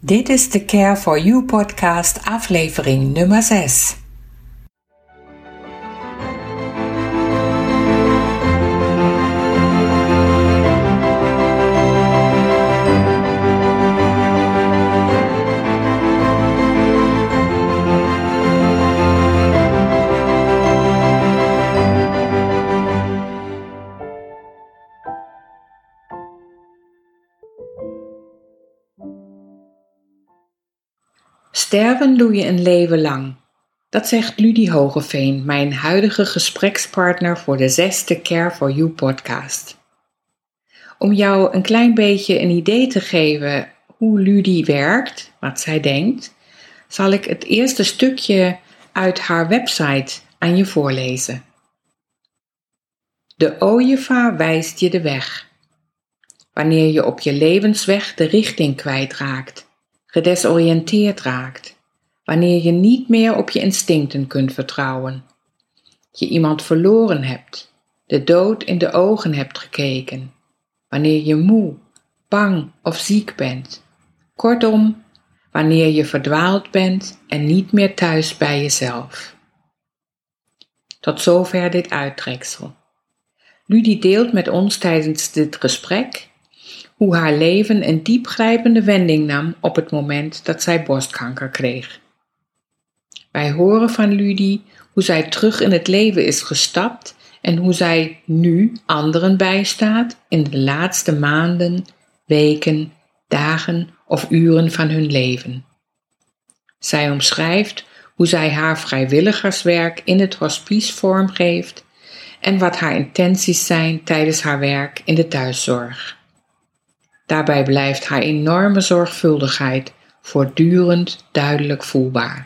Dit is de Care for You podcast aflevering nummer 6. Sterven doe je een leven lang. Dat zegt Ludie Hogeveen, mijn huidige gesprekspartner voor de 6e Care for You podcast. Om jou een klein beetje een idee te geven hoe Ludie werkt, wat zij denkt, zal ik het eerste stukje uit haar website aan je voorlezen. De ooievaar wijst je de weg. Wanneer je op je levensweg de richting kwijtraakt, gedesoriënteerd raakt, wanneer je niet meer op je instincten kunt vertrouwen, je iemand verloren hebt, de dood in de ogen hebt gekeken, wanneer je moe, bang of ziek bent, kortom, wanneer je verdwaald bent en niet meer thuis bij jezelf. Tot zover dit uittreksel. Ludie deelt met ons tijdens dit gesprek hoe haar leven een diepgrijpende wending nam op het moment dat zij borstkanker kreeg. Wij horen van Ludie hoe zij terug in het leven is gestapt en hoe zij nu anderen bijstaat in de laatste maanden, weken, dagen of uren van hun leven. Zij omschrijft hoe zij haar vrijwilligerswerk in het hospice vormgeeft en wat haar intenties zijn tijdens haar werk in de thuiszorg. Daarbij blijft haar enorme zorgvuldigheid voortdurend duidelijk voelbaar.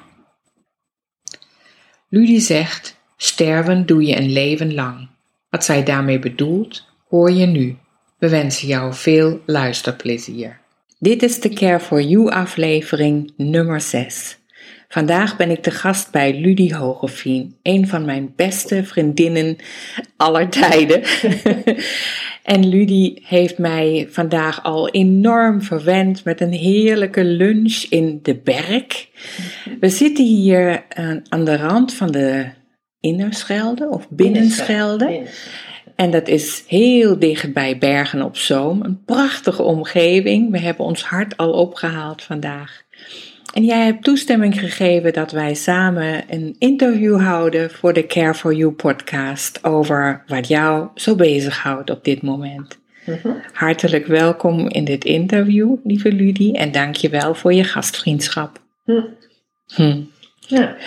Ludie zegt, sterven doe je een leven lang. Wat zij daarmee bedoelt, hoor je nu. We wensen jou veel luisterplezier. Dit is de Care for You aflevering nummer 6. Vandaag ben ik te gast bij Ludie Hogeveen, een van mijn beste vriendinnen aller tijden. En Ludie heeft mij vandaag al enorm verwend met een heerlijke lunch in de Berk. We zitten hier aan de rand van de Innerschelde of Binnenschelde. En dat is heel dicht bij Bergen op Zoom. Een prachtige omgeving. We hebben ons hart al opgehaald vandaag. En jij hebt toestemming gegeven dat wij samen een interview houden voor de Care for You podcast over wat jou zo bezighoudt op dit moment. Mm-hmm. Hartelijk welkom in dit interview, lieve Ludie, en dank je wel voor je gastvriendschap. Ja,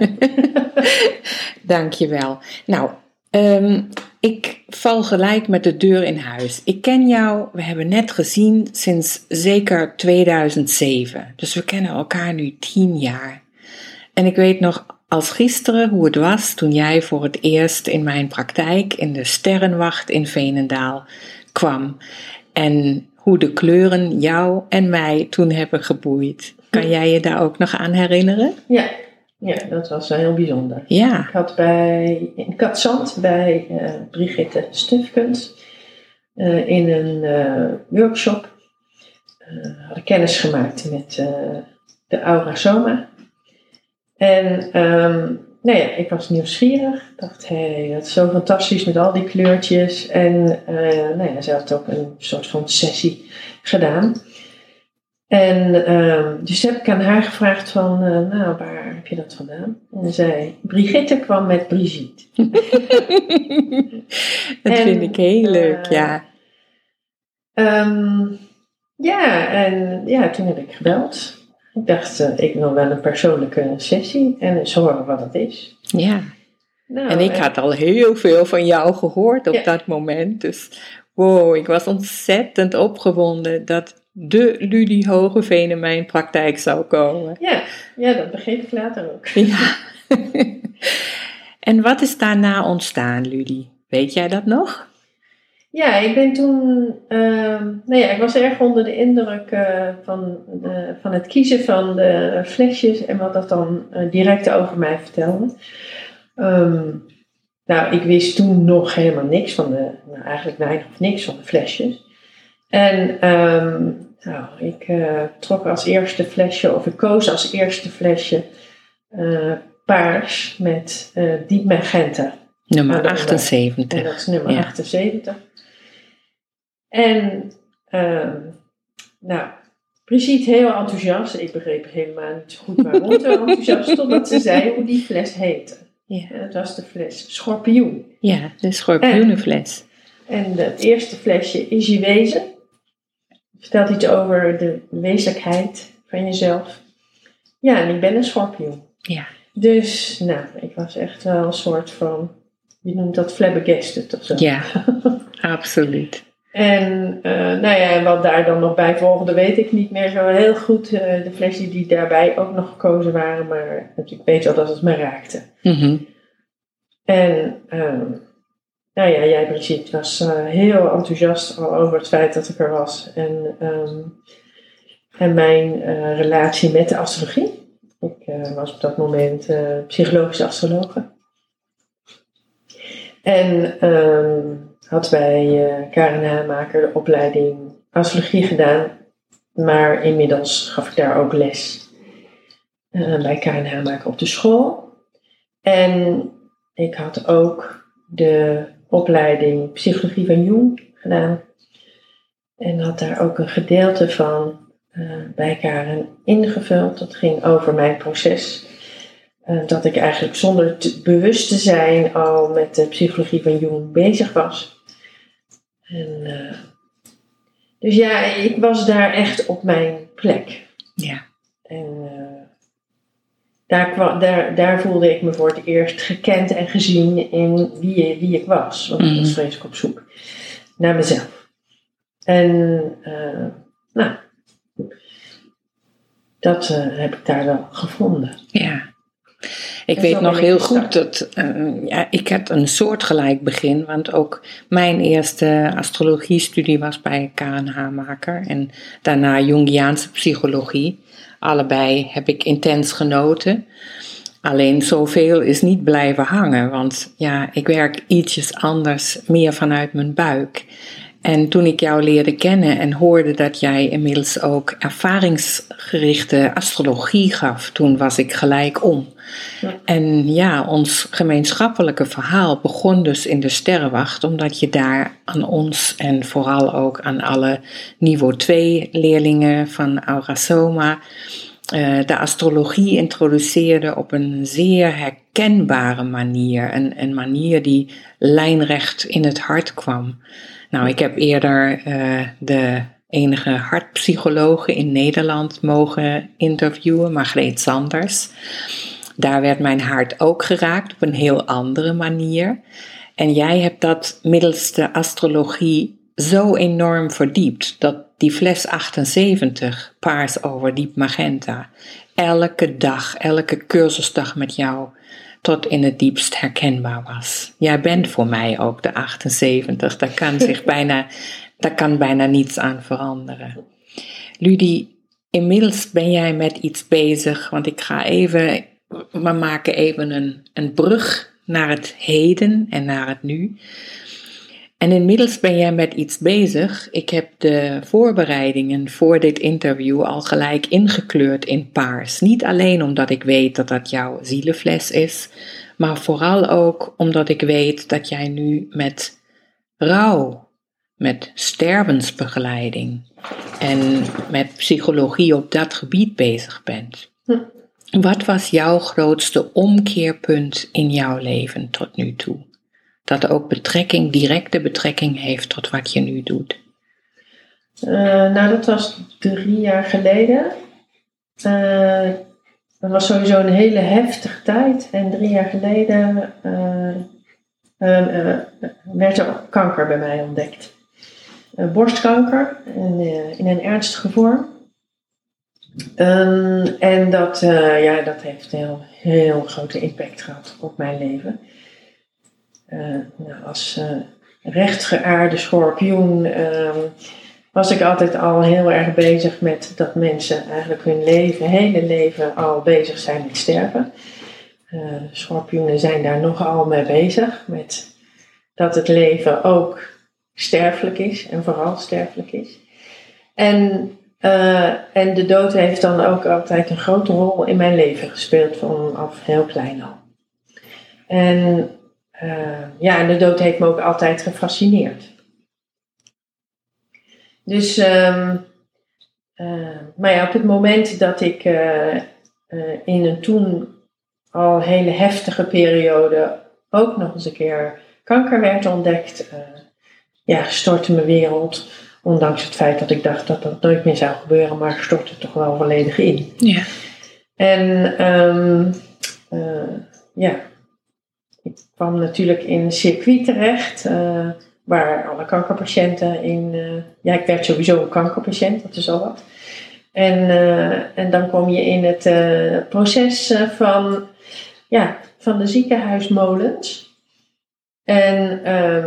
dank je wel. Nou, ik val gelijk met de deur in huis. Ik ken jou, we hebben net gezien, sinds zeker 2007. Dus we kennen elkaar nu 10 jaar. En ik weet nog als gisteren hoe het was toen jij voor het eerst in mijn praktijk in de Sterrenwacht in Veenendaal kwam. En hoe de kleuren jou en mij toen hebben geboeid. Kan jij je daar ook nog aan herinneren? Ja, dat was heel bijzonder. Ja. Ik had in Katzand bij Brigitte Stufkens in een workshop hadden kennis gemaakt met de Aura Soma. En ik was nieuwsgierig. Ik dacht, dat is zo fantastisch met al die kleurtjes. En ze had ook een soort van sessie gedaan. En dus heb ik aan haar gevraagd van, waar heb je dat vandaan? En ze zei, Brigitte kwam met Brigitte. Dat vind ik heel leuk, ja. Toen heb ik gebeld. Ik dacht, ik wil wel een persoonlijke sessie en eens horen wat het is. Ja, en ik had al heel veel van jou gehoord op dat moment. Dus wow, ik was ontzettend opgewonden dat de Ludie Hogeveen in mijn praktijk zou komen. Ja, dat begreep ik later ook. Ja. En wat is daarna ontstaan, Ludie? Weet jij dat nog? Ja, ik ben toen... ik was erg onder de indruk van het kiezen van de flesjes en wat dat dan direct over mij vertelde. Ik wist toen nog helemaal niks van eigenlijk weinig of niks van de flesjes. En Nou, ik trok als eerste flesje, of ik koos als eerste flesje paars met diep magenta. Nummer 78. En dat is nummer 78. En Brigitte heel enthousiast. Ik begreep helemaal niet zo goed waarom zo enthousiast, totdat ze zei hoe die fles heette. Ja. En dat was de fles schorpioen. Ja, de schorpioenenfles. En het eerste flesje is je wezen. Het vertelt iets over de wezenlijkheid van jezelf. Ja, en ik ben een schorpioen. Ja. Dus, ik was echt wel een soort van, je noemt dat flabbergasted of zo. Ja, absoluut. En wat daar dan nog bij volgde, weet ik niet meer zo heel goed. De flesjes die daarbij ook nog gekozen waren, maar ik weet wel dat het me raakte. Mm-hmm. En jij Brigitte was heel enthousiast al over het feit dat ik er was. En mijn relatie met de astrologie. Ik was op dat moment psychologische astrologe. En had bij Karen Hamaker de opleiding astrologie gedaan. Maar inmiddels gaf ik daar ook les bij Karen Hamaker op de school. En ik had ook de opleiding psychologie van Jung gedaan. En had daar ook een gedeelte van bij Karen ingevuld. Dat ging over mijn proces. Dat ik eigenlijk zonder bewust te zijn al met de psychologie van Jung bezig was. En, dus ja, ik was daar echt op mijn plek. Ja. En daar voelde ik me voor het eerst gekend en gezien in wie ik was. Want ik was vreselijk op zoek naar mezelf. En dat heb ik daar wel gevonden. Ja. Ik weet nog heel goed dat ik had een soortgelijk begin, want ook mijn eerste astrologiestudie was bij Karen Hamaker en daarna Jungiaanse psychologie. Allebei heb ik intens genoten. Alleen zoveel is niet blijven hangen, want ik werk ietsjes anders, meer vanuit mijn buik. En toen ik jou leerde kennen en hoorde dat jij inmiddels ook ervaringsgerichte astrologie gaf, toen was ik gelijk om. Ja. En ons gemeenschappelijke verhaal begon dus in de Sterrenwacht, omdat je daar aan ons en vooral ook aan alle niveau 2 leerlingen van Aurasoma de astrologie introduceerde op een zeer herkenbare manier. Een manier die lijnrecht in het hart kwam. Nou, ik heb eerder de enige hartpsychologe in Nederland mogen interviewen, Margreet Sanders. Daar werd mijn hart ook geraakt op een heel andere manier. En jij hebt dat middels de astrologie zo enorm verdiept, dat die fles 78, paars over diep magenta, elke dag, elke cursusdag met jou tot in het diepst herkenbaar was. Jij bent voor mij ook de 78, daar kan bijna niets aan veranderen. Ludie, inmiddels ben jij met iets bezig, want we maken even een brug naar het heden en naar het nu. En inmiddels ben jij met iets bezig. Ik heb de voorbereidingen voor dit interview al gelijk ingekleurd in paars. Niet alleen omdat ik weet dat dat jouw zielenfles is, maar vooral ook omdat ik weet dat jij nu met rouw, met stervensbegeleiding en met psychologie op dat gebied bezig bent. Wat was jouw grootste omkeerpunt in jouw leven tot nu toe? Dat ook directe betrekking heeft tot wat je nu doet. Dat was 3 jaar geleden. Dat was sowieso een hele heftige tijd. En 3 jaar geleden werd er kanker bij mij ontdekt. Borstkanker in een ernstige vorm. En dat heeft een heel grote impact gehad op mijn leven. Als rechtgeaarde schorpioen was ik altijd al heel erg bezig met dat mensen eigenlijk hun hele leven al bezig zijn met sterven. Schorpioenen zijn daar nogal mee bezig, met dat het leven ook sterfelijk is en vooral sterfelijk is. En En de dood heeft dan ook altijd een grote rol in mijn leven gespeeld, vanaf heel klein al. En en de dood heeft me ook altijd gefascineerd. Dus, maar op het moment dat ik in een toen al hele heftige periode ook nog eens een keer kanker werd ontdekt, stortte mijn wereld, ondanks het feit dat ik dacht dat dat nooit meer zou gebeuren, maar stortte toch wel volledig in. Ja. En ik kwam natuurlijk in een circuit terecht, waar alle kankerpatiënten in... ik werd sowieso een kankerpatiënt, dat is al wat. En dan kom je in het proces van de ziekenhuismolens. En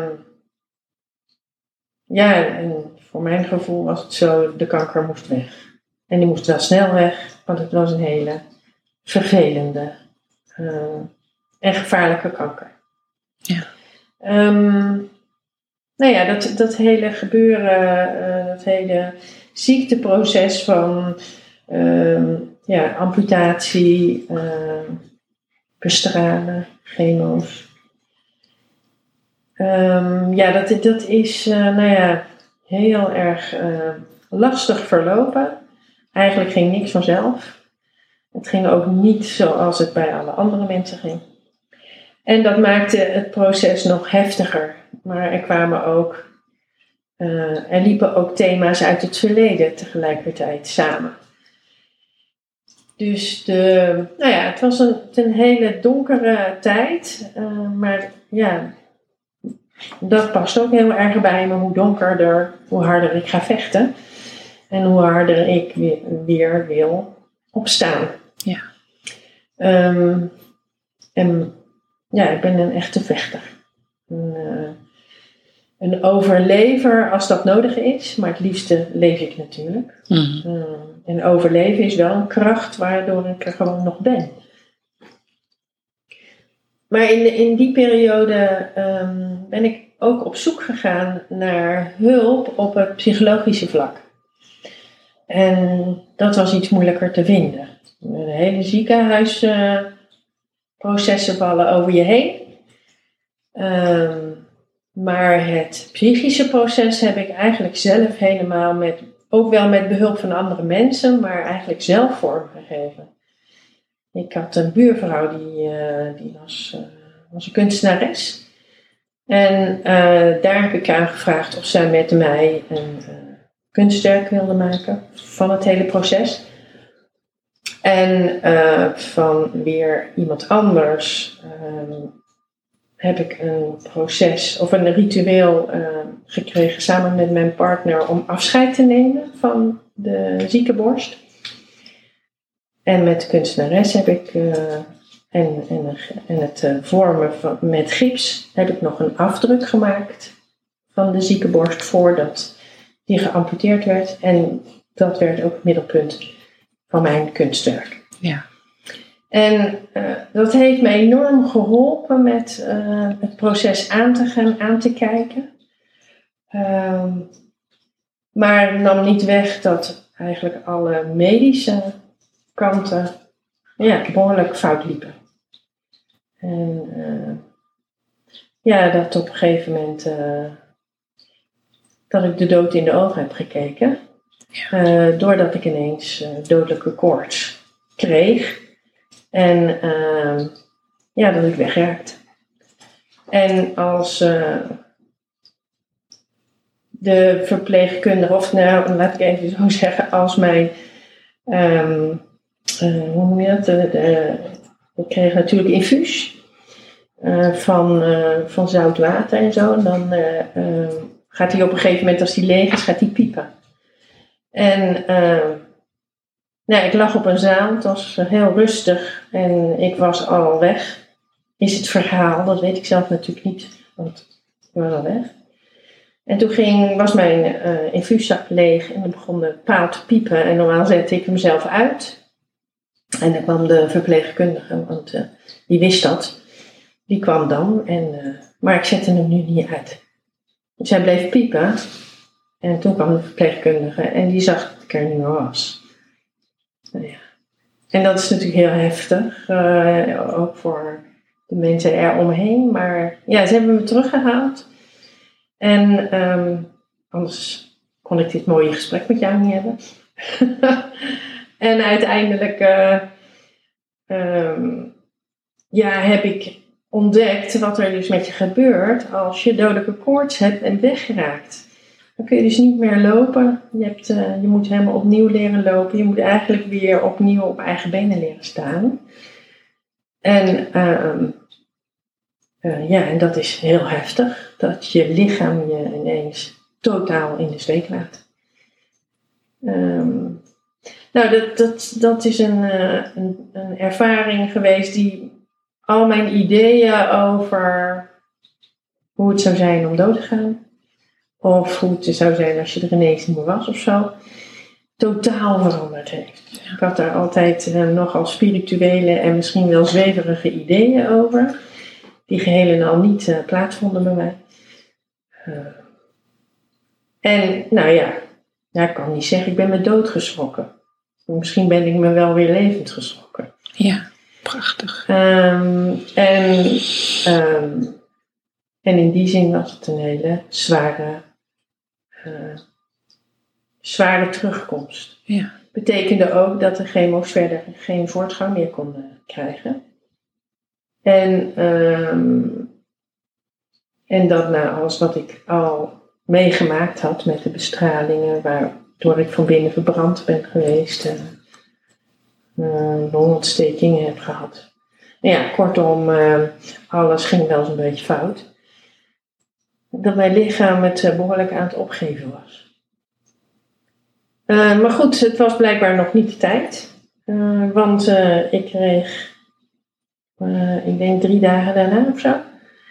voor mijn gevoel was het zo, de kanker moest weg. En die moest wel snel weg, want het was een hele vervelende en gevaarlijke kanker. Ja. Dat hele gebeuren, dat hele ziekteproces van amputatie, bestralen, chemo's. Dat is heel erg lastig verlopen. Eigenlijk ging niks vanzelf. Het ging ook niet zoals het bij alle andere mensen ging. En dat maakte het proces nog heftiger. Maar er liepen ook thema's uit het verleden tegelijkertijd samen. Dus het was een hele donkere tijd. Maar dat past ook heel erg bij me. Hoe donkerder, hoe harder ik ga vechten. En hoe harder ik weer wil opstaan. Ja. Ik ben een echte vechter. Een overlever als dat nodig is, maar het liefste leef ik natuurlijk. Mm-hmm. En overleven is wel een kracht waardoor ik er gewoon nog ben. Maar in die periode ben ik ook op zoek gegaan naar hulp op het psychologische vlak. En dat was iets moeilijker te vinden. De hele ziekenhuisprocessen vallen over je heen. Maar het psychische proces heb ik eigenlijk zelf helemaal ook wel met behulp van andere mensen, maar eigenlijk zelf vormgegeven. Ik had een buurvrouw die was een kunstenares. En daar heb ik aan gevraagd of zij met mij een kunstwerk wilde maken van het hele proces. En van weer iemand anders heb ik een proces of een ritueel gekregen samen met mijn partner om afscheid te nemen van de zieke borst. En met de kunstenares heb ik en het vormen met gips heb ik nog een afdruk gemaakt van de zieke borst voordat die geamputeerd werd. En dat werd ook het middelpunt van mijn kunstwerk. Ja. En dat heeft me enorm geholpen met het proces aan te kijken. Maar nam niet weg dat eigenlijk alle medische kanten behoorlijk fout liepen. En dat op een gegeven moment dat ik de dood in de ogen heb gekeken. Doordat ik ineens dodelijke koorts kreeg. En dat ik wegraakte. En als de verpleegkundige, of laat ik even zo zeggen, als mijn, hoe noem je dat? Ik kreeg natuurlijk infuus van zout water en zo. En dan gaat hij op een gegeven moment, als hij leeg is, gaat hij piepen. En ik lag op een zaal, het was heel rustig en ik was al weg. Is het verhaal, dat weet ik zelf natuurlijk niet, want ik was al weg. En toen was mijn infuuszak leeg en dan begon de paal te piepen en normaal zette ik hem zelf uit. En dan kwam de verpleegkundige, want die wist dat. Die kwam dan, maar ik zette hem nu niet uit. Dus hij bleef piepen en toen kwam de verpleegkundige en die zag ik er niet meer was. Nou ja. En dat is natuurlijk heel heftig, ook voor de mensen eromheen. Maar ja, ze hebben me teruggehaald. En anders kon ik dit mooie gesprek met jou niet hebben. En uiteindelijk heb ik ontdekt wat er dus met je gebeurt als je dodelijke koorts hebt en weggeraakt. Dan kun je dus niet meer lopen. Je moet helemaal opnieuw leren lopen. Je moet eigenlijk weer opnieuw op eigen benen leren staan. En en dat is heel heftig. Dat je lichaam je ineens totaal in de steek laat. Dat is een ervaring geweest die al mijn ideeën over hoe het zou zijn om dood te gaan, of hoe het zou zijn als je er ineens niet meer was of zo, totaal veranderd heeft. Ja. Ik had daar altijd nogal spirituele en misschien wel zweverige ideeën over, die geheel en al niet plaatsvonden bij mij. Ik kan niet zeggen, ik ben me doodgeschrokken. Misschien ben ik me wel weer levend geschrokken. Ja, prachtig. En in die zin was het een hele zware terugkomst. Ja. Betekende ook dat de chemo's verder geen voortgang meer konden krijgen. En dat na alles wat ik al meegemaakt had met de bestralingen, waardoor ik van binnen verbrand ben geweest en longontstekingen heb gehad. Kortom, alles ging wel eens een beetje fout. Dat mijn lichaam het behoorlijk aan het opgeven was. Maar goed, het was blijkbaar nog niet de tijd. Want ik kreeg, ik denk 3 dagen daarna of zo,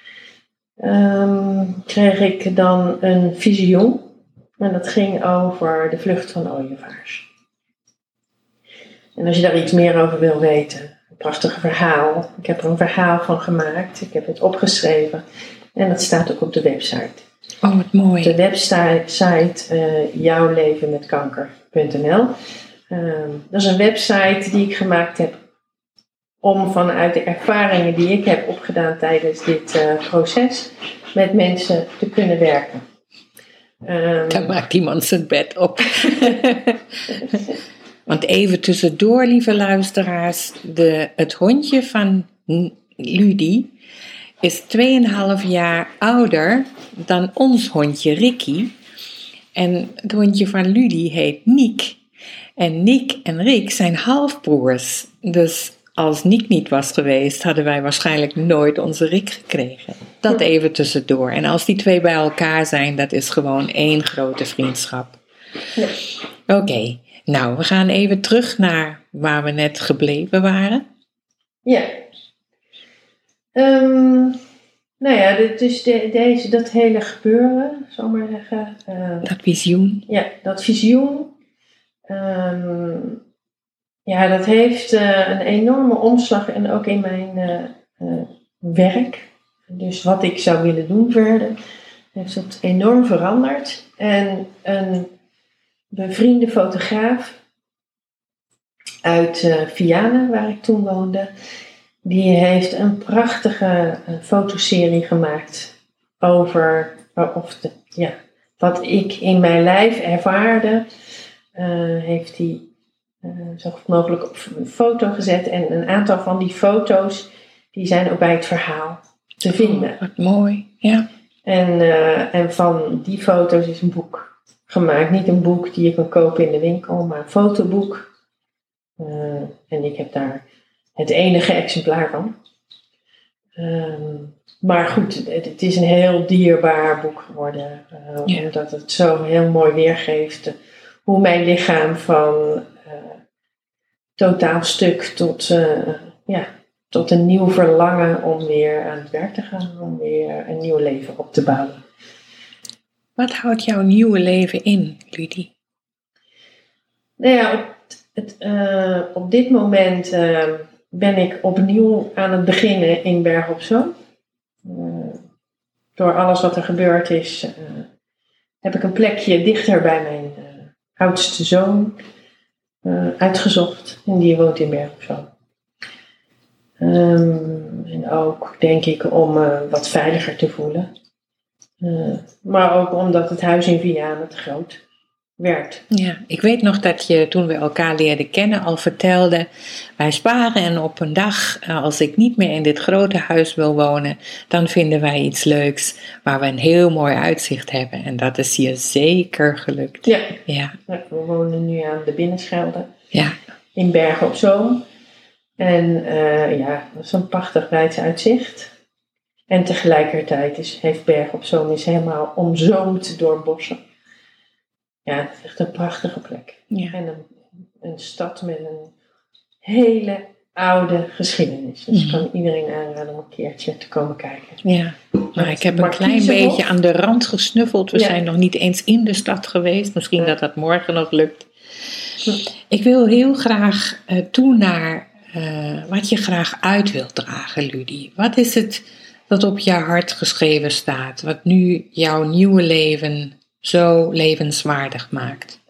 kreeg ik dan een visioen. En dat ging over de vlucht van ooievaars. En als je daar iets meer over wil weten, een prachtig verhaal. Ik heb er een verhaal van gemaakt. Ik heb het opgeschreven. En dat staat ook op de website. Oh, wat mooi. De website jouwlevenmetkanker.nl. Dat is een website die ik gemaakt heb om vanuit de ervaringen die ik heb opgedaan tijdens dit proces met mensen te kunnen werken. Dan maakt iemand zijn bed op. Want even tussendoor, lieve luisteraars, het hondje van Ludie is 2,5 jaar ouder dan ons hondje Ricky. En het hondje van Ludie heet Niek. En Niek en Rick zijn halfbroers. Dus als Niek niet was geweest, hadden wij waarschijnlijk nooit onze Rick gekregen. Dat even tussendoor. En als die 2 bij elkaar zijn, dat is gewoon 1 grote vriendschap. Ja. Oké. Nou, we gaan even terug naar waar we net gebleven waren. Ja. Dus dat hele gebeuren, zal ik maar zeggen. Dat visioen. Ja, dat visioen. Dat heeft een enorme omslag en ook in mijn werk. Dus wat ik zou willen doen verder, heeft dat enorm veranderd. En een bevriende fotograaf uit Vianen, waar ik toen woonde, die heeft een prachtige fotoserie gemaakt over wat ik in mijn lijf ervaarde. Heeft hij zo goed mogelijk op een foto gezet. En een aantal van die foto's die zijn ook bij het verhaal te vinden. Oh, wat mooi, ja. En van die foto's is een boek gemaakt. Niet een boek die je kan kopen in de winkel, maar een fotoboek. En ik heb daar het enige exemplaar van. Maar goed, het is een heel dierbaar boek geworden. Omdat het zo heel mooi weergeeft hoe mijn lichaam van totaal stuk tot een nieuw verlangen om weer aan het werk te gaan. Om weer een nieuw leven op te bouwen. Wat houdt jouw nieuwe leven in, Ludie? Op dit moment ben ik opnieuw aan het beginnen in Bergen op Zoom. Door alles wat er gebeurd is, heb ik een plekje dichter bij mijn oudste zoon uitgezocht. En die woont in Bergen op Zoom. En ook, denk ik, om wat veiliger te voelen. Maar ook omdat het huis in Vianen te groot werd. Ja, ik weet nog dat je toen we elkaar leerden kennen al vertelde, wij sparen en op een dag, als ik niet meer in dit grote huis wil wonen, dan vinden wij iets leuks waar we een heel mooi uitzicht hebben. En dat is hier zeker gelukt. Ja, ja. We wonen nu aan de Binnenschelde Ja. in Bergen op Zoom. En dat is een prachtig Leids uitzicht. En tegelijkertijd heeft Bergen op Zoom is helemaal omzoomd door bossen. Ja, het is echt een prachtige plek. Ja. En een stad met een hele oude geschiedenis. Dus ik kan iedereen aanraden om een keertje te komen kijken. Ja, maar ik heb een klein beetje aan de rand gesnuffeld. We zijn nog niet eens in de stad geweest. Misschien dat dat morgen nog lukt. Ik wil heel graag toe naar wat je graag uit wilt dragen, Ludie. Wat is het dat op je hart geschreven staat? Wat nu jouw nieuwe leven zo levenswaardig maakt?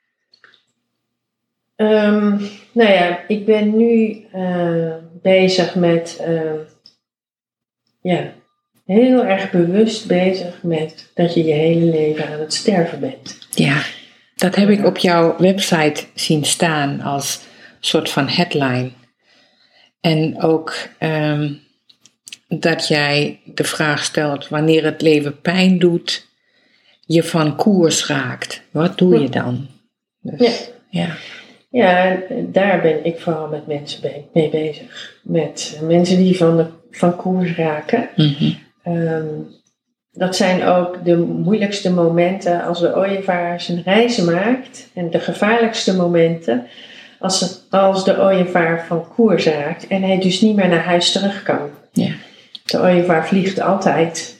Ik ben nu bezig met, heel erg bewust bezig met dat je je hele leven aan het sterven bent. Ja, dat heb ik op jouw website zien staan als soort van headline. En ook dat jij de vraag stelt, wanneer het leven pijn doet, je van koers raakt. Wat doe je dan? Dus, Ja, daar ben ik vooral met mensen mee bezig. Met mensen die van koers raken. Mm-hmm. Dat zijn ook de moeilijkste momenten als de ooievaar zijn reizen maakt. En de gevaarlijkste momenten als de ooievaar van koers raakt. En hij dus niet meer naar huis terug kan. Ja. De ooievaar vliegt altijd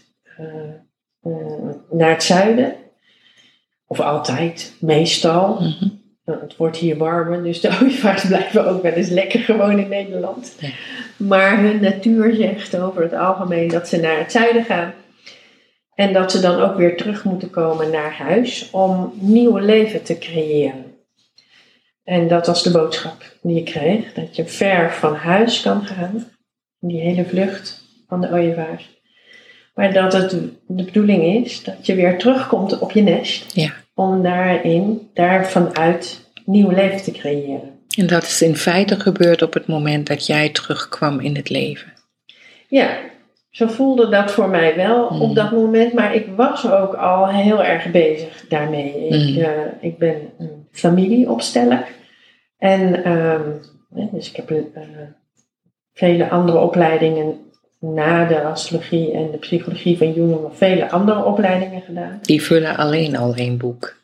naar het zuiden. Of altijd, meestal. Mm-hmm. Het wordt hier warmer, dus de ooievaars blijven ook wel eens lekker gewoon in Nederland. Ja. Maar hun natuur zegt over het algemeen dat ze naar het zuiden gaan. En dat ze dan ook weer terug moeten komen naar huis om nieuw leven te creëren. En dat was de boodschap die ik kreeg. Dat je ver van huis kan gaan. Die hele vlucht van de ooievaars. Maar dat het de bedoeling is dat je weer terugkomt op je nest. Ja. Om daarvanuit nieuw leven te creëren. En dat is in feite gebeurd op het moment dat jij terugkwam in het leven. Ja, zo voelde dat voor mij wel op dat moment. Maar ik was ook al heel erg bezig daarmee. Ik ben een familieopsteller. En dus ik heb vele andere opleidingen na de astrologie en de psychologie van Jung nog vele andere opleidingen gedaan. Die vullen alleen al één boek.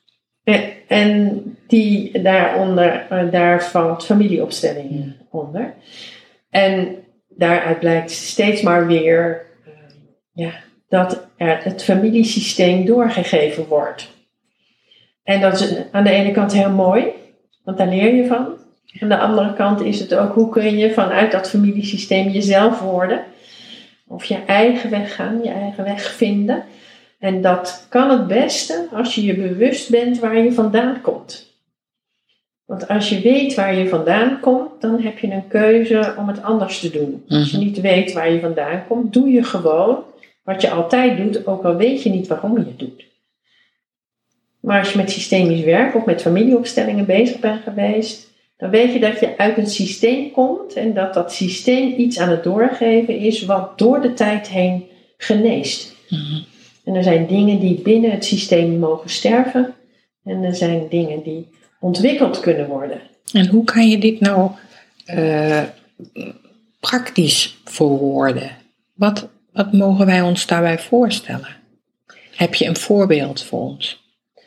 En die daar valt familieopstellingen onder. En daaruit blijkt steeds maar weer dat er het familiesysteem doorgegeven wordt. En dat is aan de ene kant heel mooi, want daar leer je van. Aan de andere kant is het ook, hoe kun je vanuit dat familiesysteem jezelf worden? Of je eigen weg gaan, je eigen weg vinden. En dat kan het beste als je je bewust bent waar je vandaan komt. Want als je weet waar je vandaan komt, dan heb je een keuze om het anders te doen. Als je niet weet waar je vandaan komt, doe je gewoon wat je altijd doet, ook al weet je niet waarom je het doet. Maar als je met systemisch werk of met familieopstellingen bezig bent geweest, dan weet je dat je uit een systeem komt en dat dat systeem iets aan het doorgeven is wat door de tijd heen geneest. En er zijn dingen die binnen het systeem mogen sterven en er zijn dingen die ontwikkeld kunnen worden. En hoe kan je dit nou praktisch verwoorden? Wat mogen wij ons daarbij voorstellen? Heb je een voorbeeld voor ons?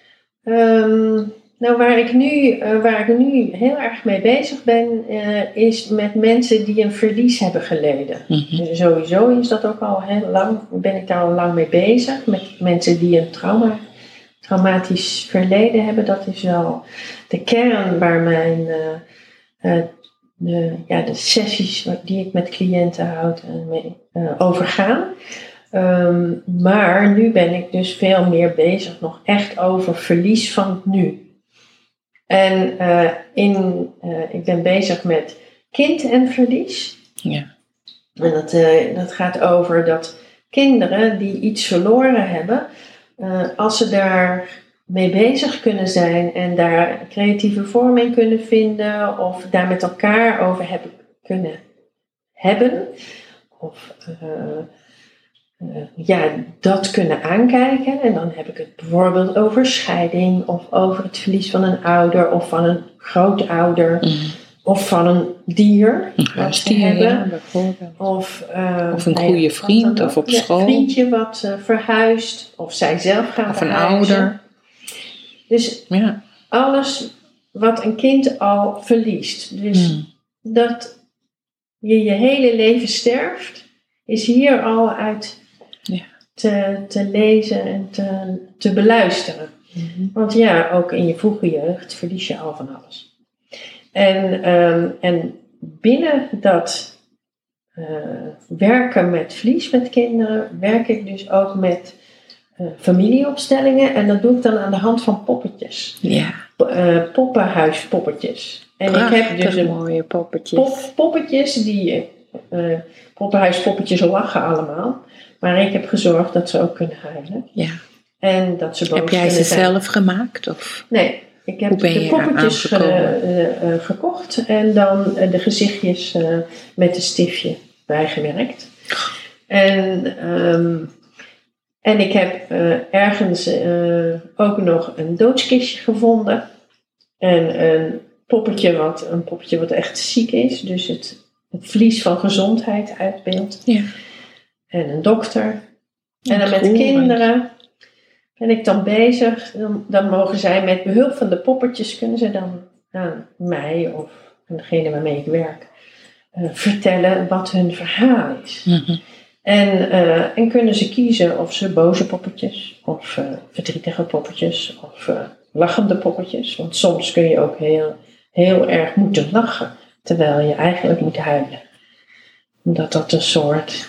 Waar ik nu heel erg mee bezig ben, is met mensen die een verlies hebben geleden. Dus sowieso is dat ook al heel lang, ben ik daar al lang mee bezig. Met mensen die een traumatisch verleden hebben. Dat is wel de kern waar mijn de sessies die ik met cliënten houd mee over gaan. Maar nu ben ik dus veel meer bezig nog echt over verlies van het nu. En ik ben bezig met kind en verlies. Ja. En dat gaat over dat kinderen die iets verloren hebben, als ze daar mee bezig kunnen zijn en daar creatieve vorm in kunnen vinden of daar met elkaar over kunnen hebben of dat kunnen aankijken. En dan heb ik het bijvoorbeeld over scheiding of over het verlies van een ouder of van een grootouder. Of van een dier. Een huisdier, ja, bijvoorbeeld. Of een goede vriend of op school. Een vriendje wat verhuist. Of zij zelf gaan verhuizen. Of een ouder. Dus alles wat een kind al verliest. Dus dat je hele leven sterft. Is hier al uit te lezen en te beluisteren. Want ook in je vroege jeugd verlies je al van alles. En binnen dat werken met verlies met kinderen, werk ik dus ook met familieopstellingen. En dat doe ik dan aan de hand van poppetjes. Ja. Poppenhuispoppetjes. En prachtig, ik heb dus mooie poppetjes. Poppetjes die poppenhuispoppetjes lachen allemaal. Maar ik heb gezorgd dat ze ook kunnen huilen. Ja. En dat ze boos heb jij ze zelf gemaakt? Of? Nee. Ik heb de poppetjes gekocht en dan de gezichtjes met een stiftje bijgewerkt. En ik heb ergens ook nog een doodskistje gevonden. En een poppetje wat echt ziek is. Dus het verlies van gezondheid uitbeeldt. Ja. En een dokter. En dan met kinderen. Ben ik dan bezig, dan mogen zij met behulp van de poppetjes, kunnen ze dan aan mij of aan degene waarmee ik werk vertellen wat hun verhaal is. En kunnen ze kiezen of ze boze poppetjes of verdrietige poppetjes of lachende poppetjes. Want soms kun je ook heel, heel erg moeten lachen, terwijl je eigenlijk moet huilen. Omdat dat een soort,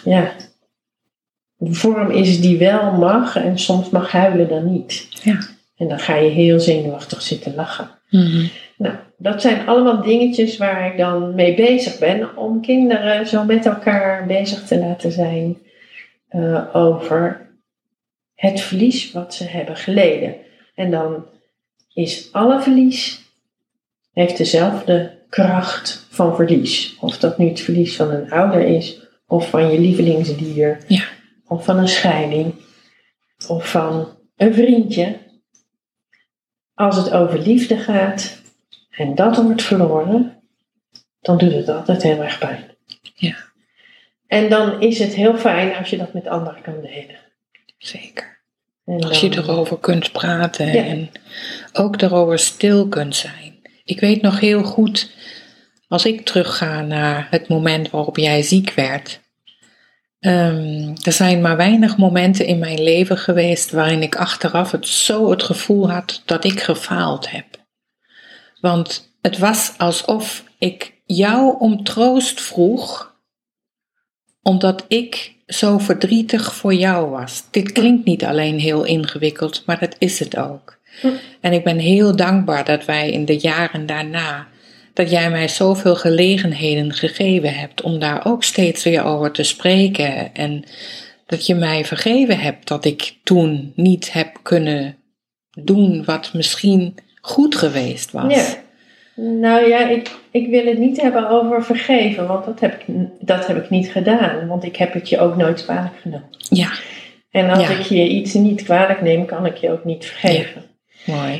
vorm is die wel mag en soms mag huilen dan niet. Ja. En dan ga je heel zenuwachtig zitten lachen. Nou, dat zijn allemaal dingetjes waar ik dan mee bezig ben om kinderen zo met elkaar bezig te laten zijn over het verlies wat ze hebben geleden. En dan is alle verlies heeft dezelfde kracht van verlies. Of dat nu het verlies van een ouder is of van je lievelingsdier. Ja. Of van een scheiding. Of van een vriendje. Als het over liefde gaat. En dat wordt verloren. Dan doet het altijd heel erg pijn. Ja. En dan is het heel fijn als je dat met anderen kan delen. Zeker. Als je erover kunt praten. En ook erover stil kunt zijn. Ik weet nog heel goed. Als ik terugga naar het moment waarop jij ziek werd. Er zijn maar weinig momenten in mijn leven geweest waarin ik achteraf het gevoel had dat ik gefaald heb. Want het was alsof ik jou om troost vroeg, omdat ik zo verdrietig voor jou was. Dit klinkt niet alleen heel ingewikkeld, maar dat is het ook. En ik ben heel dankbaar dat wij in de jaren daarna, dat jij mij zoveel gelegenheden gegeven hebt om daar ook steeds weer over te spreken. En dat je mij vergeven hebt dat ik toen niet heb kunnen doen wat misschien goed geweest was. Ja. Nou ja, ik wil het niet hebben over vergeven, want dat heb ik niet gedaan. Want ik heb het je ook nooit kwalijk genomen. Ja. En als ik je iets niet kwalijk neem, kan ik je ook niet vergeven. Ja. Mooi.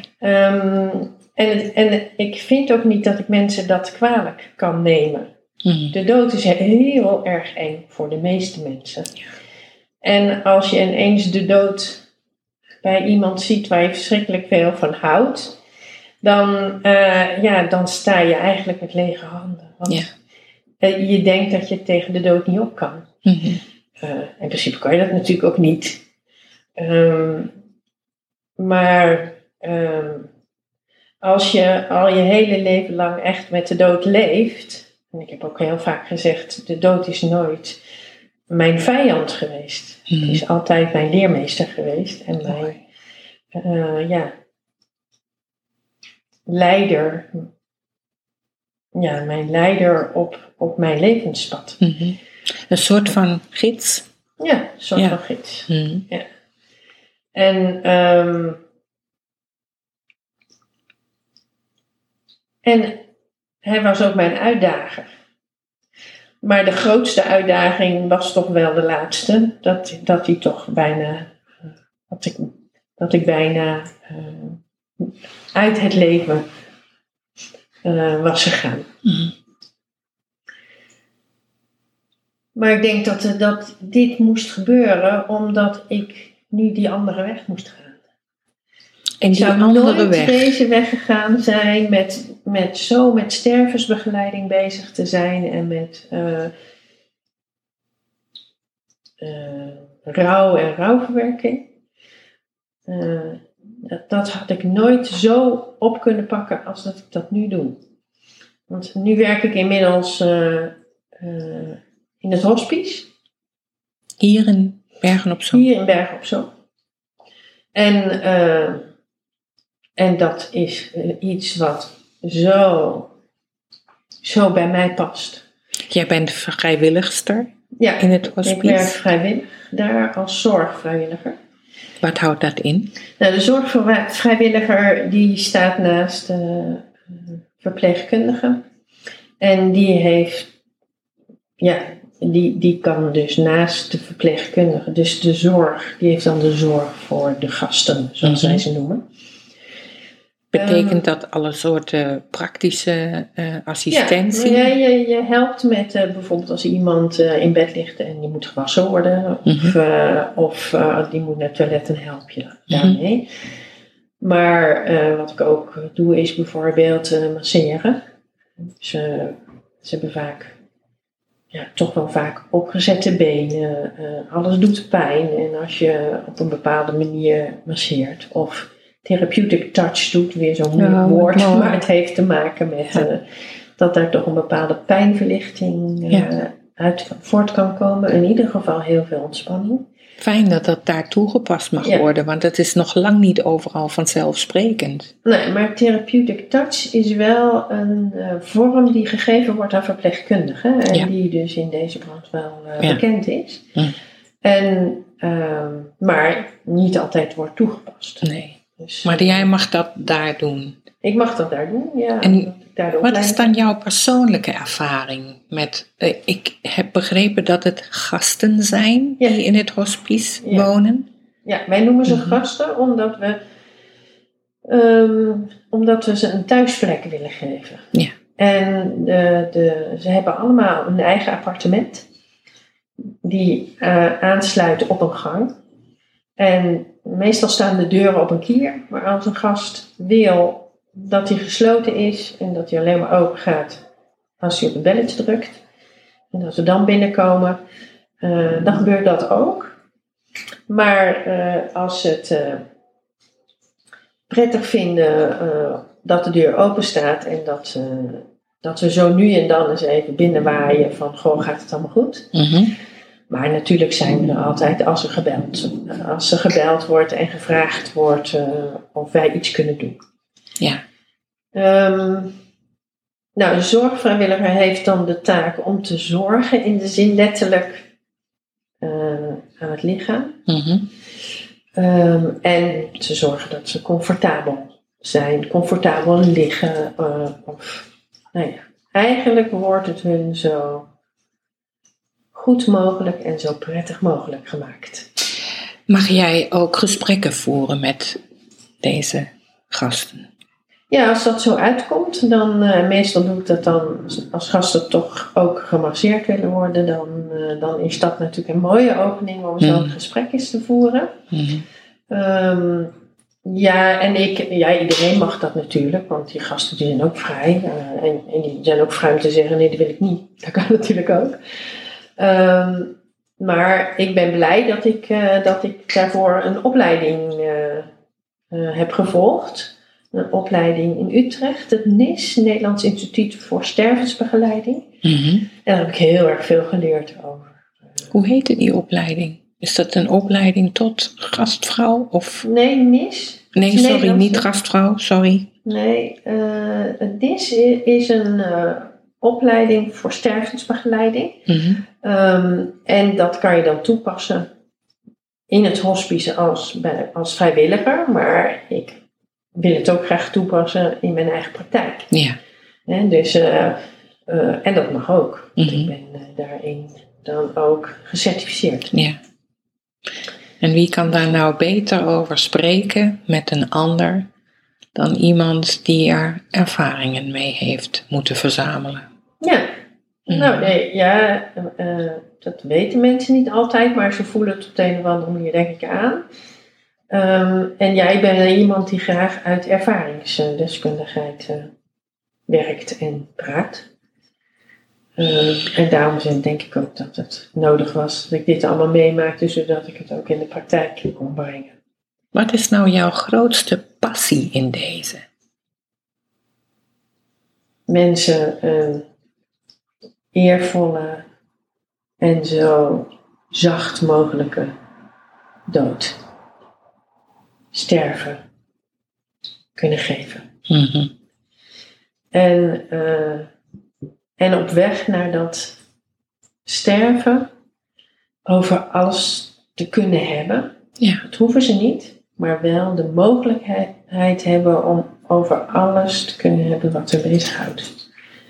En ik vind ook niet dat ik mensen dat kwalijk kan nemen. De dood is heel erg eng voor de meeste mensen. Ja. En als je ineens de dood bij iemand ziet waar je verschrikkelijk veel van houdt, dan sta je eigenlijk met lege handen. Want je denkt dat je tegen de dood niet op kan. In principe kan je dat natuurlijk ook niet. Maar als je al je hele leven lang echt met de dood leeft, en ik heb ook heel vaak gezegd, de dood is nooit mijn vijand geweest. Het is altijd mijn leermeester geweest. En leider. Ja, mijn leider op mijn levenspad. Mm-hmm. Een soort van gids. Ja, een soort van gids. Mm-hmm. Ja. En hij was ook mijn uitdager. Maar de grootste uitdaging was toch wel de laatste. Dat hij toch bijna... Dat ik bijna uit het leven was gegaan. Mm-hmm. Maar ik denk dat dit moest gebeuren omdat ik nu die andere weg moest gaan. En ik die zou andere nooit weg. deze weg gegaan zijn met stervensbegeleiding bezig te zijn en met rouw en rouwverwerking. Dat had ik nooit zo op kunnen pakken als dat ik dat nu doe. Want nu werk ik inmiddels in het hospice. Hier in Bergen op Zoom. Hier in Bergen op Zoom. En dat is iets wat zo bij mij past. Jij bent vrijwilligster in het hospice. Ik werk vrijwillig daar als zorgvrijwilliger. Wat houdt dat in? Nou, de zorgvrijwilliger die staat naast de verpleegkundige. En die heeft, die kan dus naast de verpleegkundige, dus de zorg, die heeft dan de zorg voor de gasten, zoals wij ze noemen. Betekent dat alle soorten praktische assistentie? Ja, je helpt met bijvoorbeeld als iemand in bed ligt en die moet gewassen worden. Of die moet naar het toilet, dan help je daarmee. Mm-hmm. Maar wat ik ook doe is bijvoorbeeld masseren. Ze hebben vaak, toch wel vaak opgezette benen. Alles doet pijn. En als je op een bepaalde manier masseert of therapeutic touch doet, weer zo'n moeilijk woord, maar het heeft te maken met dat daar toch een bepaalde pijnverlichting uit voort kan komen. In ieder geval heel veel ontspanning. Fijn dat dat daar toegepast mag worden, want het is nog lang niet overal vanzelfsprekend. Nee, maar therapeutic touch is wel een vorm die gegeven wordt aan verpleegkundigen en die dus in deze branche wel bekend is. En, maar niet altijd wordt toegepast. Nee. Dus, maar jij mag dat daar doen? Ik mag dat daar doen, ja. En wat is dan jouw persoonlijke ervaring met... ik heb begrepen dat het gasten zijn die in het hospice wonen. Ja, wij noemen ze gasten omdat we ze een thuisplek willen geven. Ja. En ze hebben allemaal een eigen appartement die aansluit op een gang. En meestal staan de deuren op een kier, maar als een gast wil dat hij gesloten is en dat hij alleen maar open gaat als hij op het belletje drukt en dat we dan binnenkomen, dan gebeurt dat ook. Maar als ze het prettig vinden dat de deur open staat en dat we zo nu en dan eens even binnenwaaien van, goh, gaat het allemaal goed? Mm-hmm. Maar natuurlijk zijn we er altijd als er gebeld wordt en gevraagd wordt of wij iets kunnen doen. Ja. De zorgvrijwilliger heeft dan de taak om te zorgen in de zin letterlijk aan het lichaam. Mm-hmm. En te zorgen dat ze comfortabel zijn, comfortabel liggen. Eigenlijk wordt het hun zo goed mogelijk en zo prettig mogelijk gemaakt. Mag jij ook gesprekken voeren met deze gasten? Ja, als dat zo uitkomt, dan meestal doe ik dat dan als gasten toch ook gemasseerd willen worden. Dan is dat natuurlijk een mooie opening om zo'n gesprek eens te voeren. Mm-hmm. Iedereen mag dat natuurlijk, want die gasten die zijn ook vrij. En die zijn ook vrij om te zeggen, nee, dat wil ik niet. Dat kan natuurlijk ook. Maar ik ben blij dat ik daarvoor een opleiding heb gevolgd. Een opleiding in Utrecht, het NIS, Nederlands Instituut voor Stervensbegeleiding. Mm-hmm. En daar heb ik heel erg veel geleerd over. Hoe heette die opleiding? Is dat een opleiding tot gastvrouw? Of? Nee, NIS. Nee, sorry, niet gastvrouw, sorry. Nee, DIS is een opleiding voor stervensbegeleiding. En dat kan je dan toepassen in het hospice als vrijwilliger. Maar ik wil het ook graag toepassen in mijn eigen praktijk. Ja. Dus, en dat mag ook. Ik ben daarin dan ook gecertificeerd. Ja. En wie kan daar nou beter over spreken met een ander dan iemand die er ervaringen mee heeft moeten verzamelen? Ja, nou nee, dat weten mensen niet altijd, maar ze voelen het op de een of andere manier denk ik aan. En jij bent iemand die graag uit ervaringsdeskundigheid werkt en praat. En daarom denk ik ook dat het nodig was dat ik dit allemaal meemaakte, zodat ik het ook in de praktijk kon brengen. Wat is nou jouw grootste passie in deze? Mensen een eervolle en zo zacht mogelijke dood, sterven kunnen geven. En op weg naar dat sterven over alles te kunnen hebben. Ja. Dat hoeven ze niet, maar wel de mogelijkheid hebben om over alles te kunnen hebben wat er bezighoudt.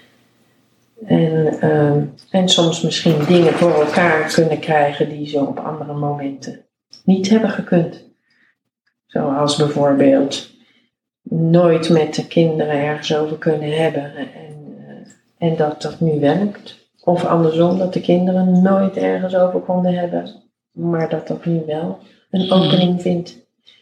En soms misschien dingen voor elkaar kunnen krijgen die ze op andere momenten niet hebben gekund. Zoals bijvoorbeeld nooit met de kinderen ergens over kunnen hebben en dat nu werkt. Of andersom, dat de kinderen nooit ergens over konden hebben, maar dat nu wel een opening vindt.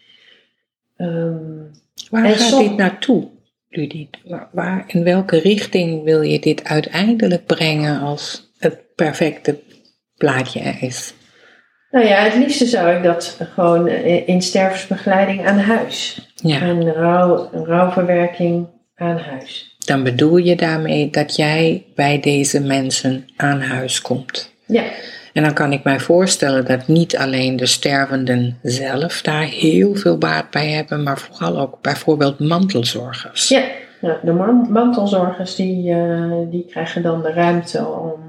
Waar gaat dit naartoe, Judith? In welke richting wil je dit uiteindelijk brengen als het perfecte plaatje er is? Nou ja, het liefste zou ik dat gewoon in stervensbegeleiding aan huis. Ja. En rouwverwerking aan huis. Dan bedoel je daarmee dat jij bij deze mensen aan huis komt. Ja. En dan kan ik mij voorstellen dat niet alleen de stervenden zelf daar heel veel baat bij hebben, maar vooral ook bijvoorbeeld mantelzorgers. Ja, de mantelzorgers die krijgen dan de ruimte om,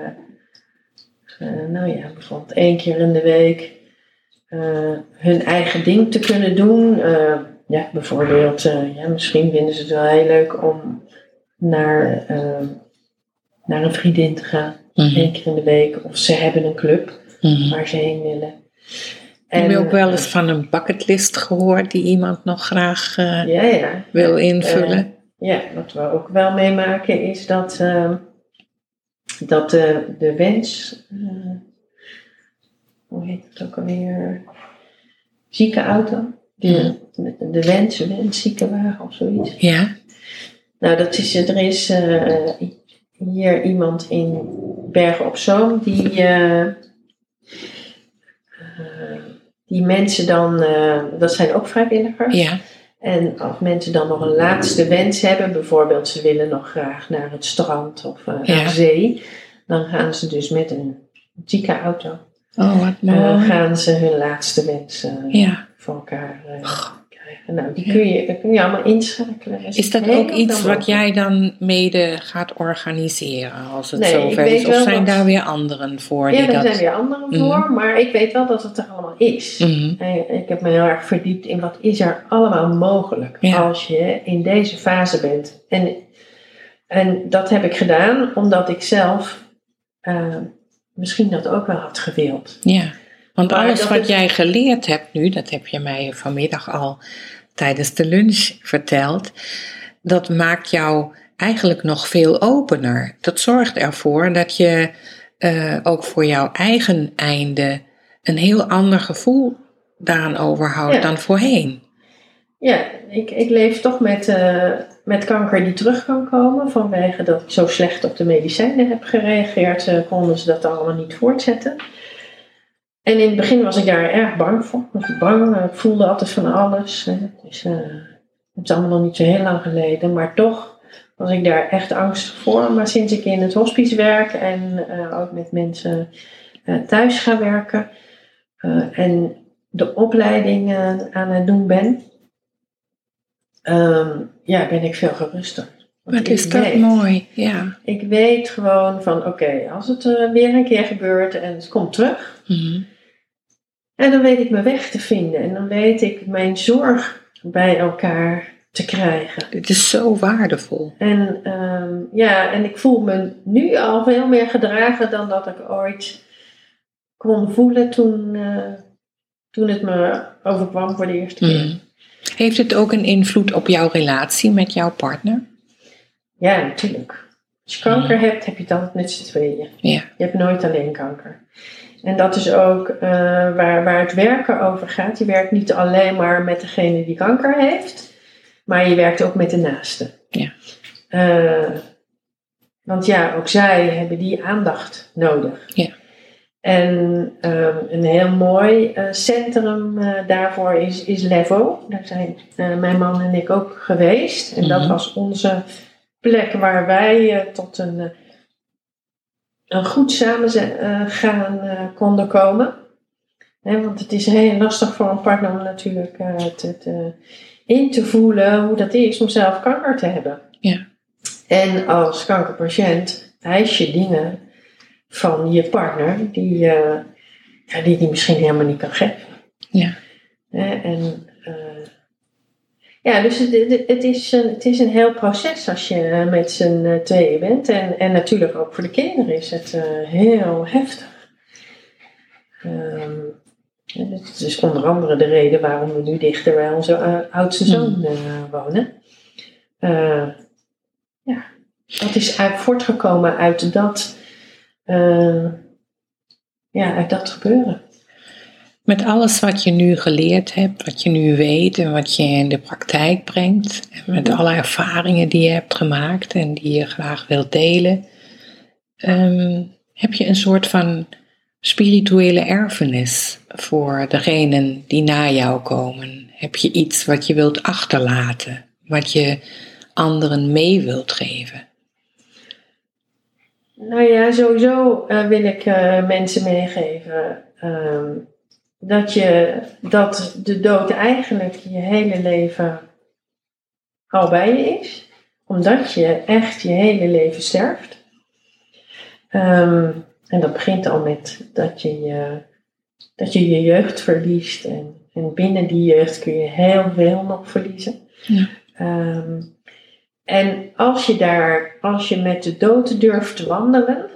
bijvoorbeeld 1 keer in de week hun eigen ding te kunnen doen. Bijvoorbeeld, misschien vinden ze het wel heel leuk om naar een vriendin te gaan. 1 keer in de week. Of ze hebben een club waar ze heen willen. Heb je ook wel eens van een bucketlist gehoord die iemand nog graag wil invullen? Wat we ook wel meemaken is dat de wens, hoe heet het ook alweer, ziekenauto, de wensziekenwagen of zoiets. Ja. Nou, er is hier iemand in Bergen op Zoom die mensen dan, dat zijn ook vrijwilligers. Ja. En als mensen dan nog een laatste wens hebben, bijvoorbeeld ze willen nog graag naar het strand of naar zee, dan gaan ze dus met een ziekenauto. Oh, wat mooi. Gaan ze hun laatste wens voor elkaar krijgen. Nou, dat kun je allemaal inschakelen. Is dat ook iets wat jij dan mede gaat organiseren als het zover is? Of zijn daar weer anderen voor? Ja, daar zijn weer anderen voor, maar ik weet wel dat het er allemaal is. En ik heb me heel erg verdiept in wat is er allemaal mogelijk als je in deze fase bent. En dat heb ik gedaan omdat ik zelf misschien dat ook wel had gewild. Ja. Want alles wat jij geleerd hebt nu, dat heb je mij vanmiddag al tijdens de lunch verteld, dat maakt jou eigenlijk nog veel opener. Dat zorgt ervoor dat je ook voor jouw eigen einde een heel ander gevoel daaraan overhoudt dan voorheen. Ja, ik leef toch met kanker die terug kan komen. Vanwege dat ik zo slecht op de medicijnen heb gereageerd, konden ze dat allemaal niet voortzetten. En in het begin was ik daar erg bang voor. Ik voelde altijd van alles. Dus, het is allemaal nog niet zo heel lang geleden. Maar toch was ik daar echt angstig voor. Maar sinds ik in het hospice werk en ook met mensen thuis ga werken. En de opleiding aan het doen ben. ben ik veel geruster. Want Wat is dat mooi, ja. Ik weet gewoon van, oké, als het weer een keer gebeurt en het komt terug. Mm-hmm. En dan weet ik mijn weg te vinden. En dan weet ik mijn zorg bij elkaar te krijgen. Het is zo waardevol. En en ik voel me nu al veel meer gedragen dan dat ik ooit kon voelen toen het me overkwam voor de eerste keer. Mm. Heeft het ook een invloed op jouw relatie met jouw partner? Ja, natuurlijk. Als je kanker hebt, heb je het altijd met z'n tweeën. Ja. Je hebt nooit alleen kanker. En dat is ook waar het werken over gaat. Je werkt niet alleen maar met degene die kanker heeft, maar je werkt ook met de naasten. Ja. Want ja, ook zij hebben die aandacht nodig. Ja. En een heel mooi centrum daarvoor is Levo. Daar zijn mijn man en ik ook geweest. En dat was onze plek waar wij tot een goed samengaan konden komen. Want het is heel lastig voor een partner om natuurlijk in te voelen hoe dat is om zelf kanker te hebben. Ja. En als kankerpatiënt eis je dingen van je partner die misschien helemaal niet kan geven. Ja. Dus het is een heel proces als je met z'n tweeën bent. En natuurlijk ook voor de kinderen is het heel heftig. Het is onder andere de reden waarom we nu dichter bij onze oudste zoon wonen. Dat is voortgekomen uit dat gebeuren. Met alles wat je nu geleerd hebt, wat je nu weet en wat je in de praktijk brengt, en met alle ervaringen die je hebt gemaakt en die je graag wilt delen, heb je een soort van spirituele erfenis voor degenen die na jou komen? Heb je iets wat je wilt achterlaten, wat je anderen mee wilt geven? Nou ja, sowieso wil ik mensen meegeven dat de dood eigenlijk je hele leven al bij je is. Omdat je echt je hele leven sterft. En dat begint al met dat je je jeugd verliest. En binnen die jeugd kun je heel veel nog verliezen. Ja. En als je met de dood durft te wandelen,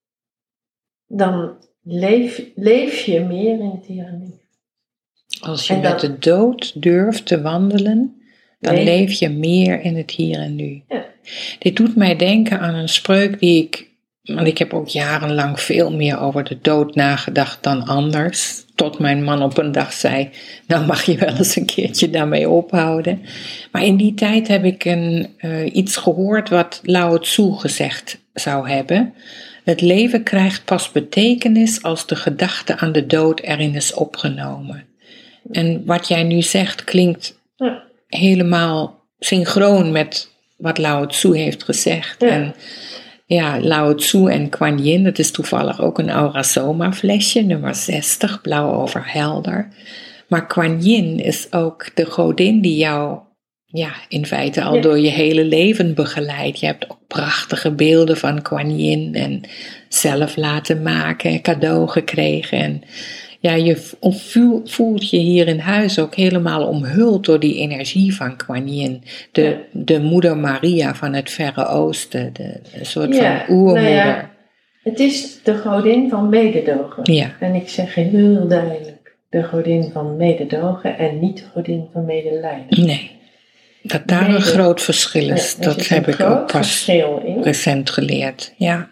dan leef je meer in het hier en nu. Als je met de dood durft te wandelen, dan leef je meer in het hier en nu. Ja. Dit doet mij denken aan een spreuk want ik heb ook jarenlang veel meer over de dood nagedacht dan anders. Tot mijn man op een dag zei, nou mag je wel eens een keertje daarmee ophouden. Maar in die tijd heb ik iets gehoord wat Lao Tzu gezegd zou hebben. Het leven krijgt pas betekenis als de gedachte aan de dood erin is opgenomen. En wat jij nu zegt klinkt helemaal synchroon met wat Lao Tzu heeft gezegd. Ja. En ja, Lao Tzu en Kuan Yin, dat is toevallig ook een Aura-Soma flesje, nummer 60, blauw over helder. Maar Kuan Yin is ook de godin die jou in feite al door je hele leven begeleidt. Je hebt ook prachtige beelden van Kuan Yin en zelf laten maken, cadeau gekregen. En je voelt je hier in huis ook helemaal omhuld door die energie van Kuan Yin. De moeder Maria van het Verre Oosten, een soort van oermoeder. Nou ja, het is de godin van mededogen. Ja. En ik zeg heel duidelijk, de godin van mededogen en niet de godin van medelijden. Nee, dat daar een groot verschil is. Dat heb ik ook pas recent geleerd. Ja.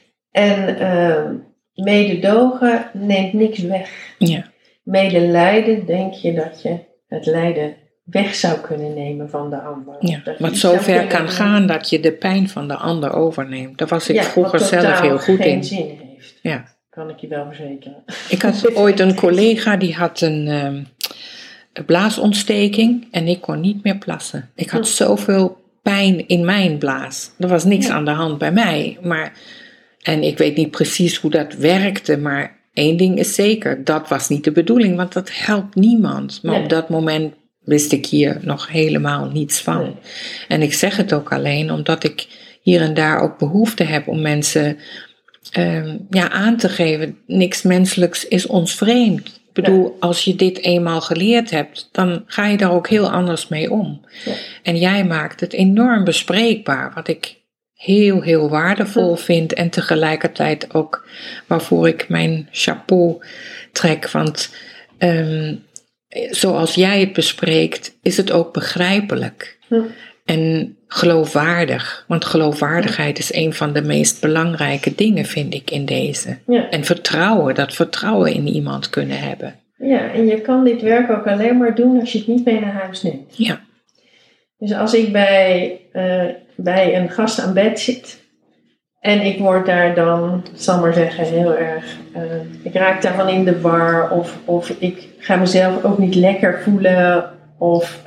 En mededogen neemt niks weg. Ja. Medelijden denk je dat je het lijden weg zou kunnen nemen van de ander. Ja, wat zo ver kan gaan dat je de pijn van de ander overneemt. Daar was ik vroeger zelf heel goed in. Geen zin heeft. Ja. Kan ik je wel verzekeren. Ik had ooit een collega die had een blaasontsteking en ik kon niet meer plassen. Ik had zoveel pijn in mijn blaas. Er was niks aan de hand bij mij, en ik weet niet precies hoe dat werkte, maar één ding is zeker, dat was niet de bedoeling, want dat helpt niemand. Maar op dat moment wist ik hier nog helemaal niets van. Nee. En ik zeg het ook alleen omdat ik hier en daar ook behoefte heb om mensen aan te geven. Niks menselijks is ons vreemd. Ik bedoel, als je dit eenmaal geleerd hebt, dan ga je daar ook heel anders mee om. Ja. En jij maakt het enorm bespreekbaar, wat ik heel, heel waardevol vind. En tegelijkertijd ook waarvoor ik mijn chapeau trek. Want zoals jij het bespreekt, is het ook begrijpelijk. En geloofwaardig. Want geloofwaardigheid is een van de meest belangrijke dingen, vind ik, in deze. Ja. En vertrouwen, dat vertrouwen in iemand kunnen hebben. Ja, en je kan dit werk ook alleen maar doen als je het niet mee naar huis neemt. Ja. Dus als ik bij een gast aan bed zit en ik word daar dan, zal maar zeggen, heel erg, ik raak daarvan in de war of ik ga mezelf ook niet lekker voelen of,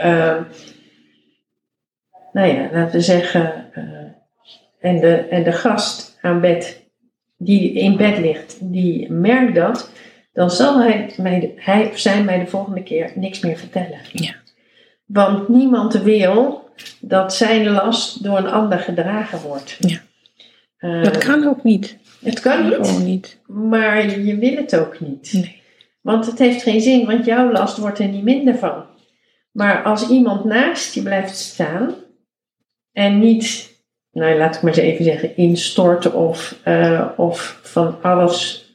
laten we zeggen, en de gast aan bed die in bed ligt, die merkt dat, dan zal hij of zij mij de volgende keer niks meer vertellen. Ja. Want niemand wil dat zijn last door een ander gedragen wordt. Ja. Dat kan ook niet. Het kan niet, Gewoon niet. maar je wil het ook niet. Nee. Want het heeft geen zin, want jouw last wordt er niet minder van. Maar als iemand naast je blijft staan en niet, laat ik maar eens even zeggen, instorten of van alles,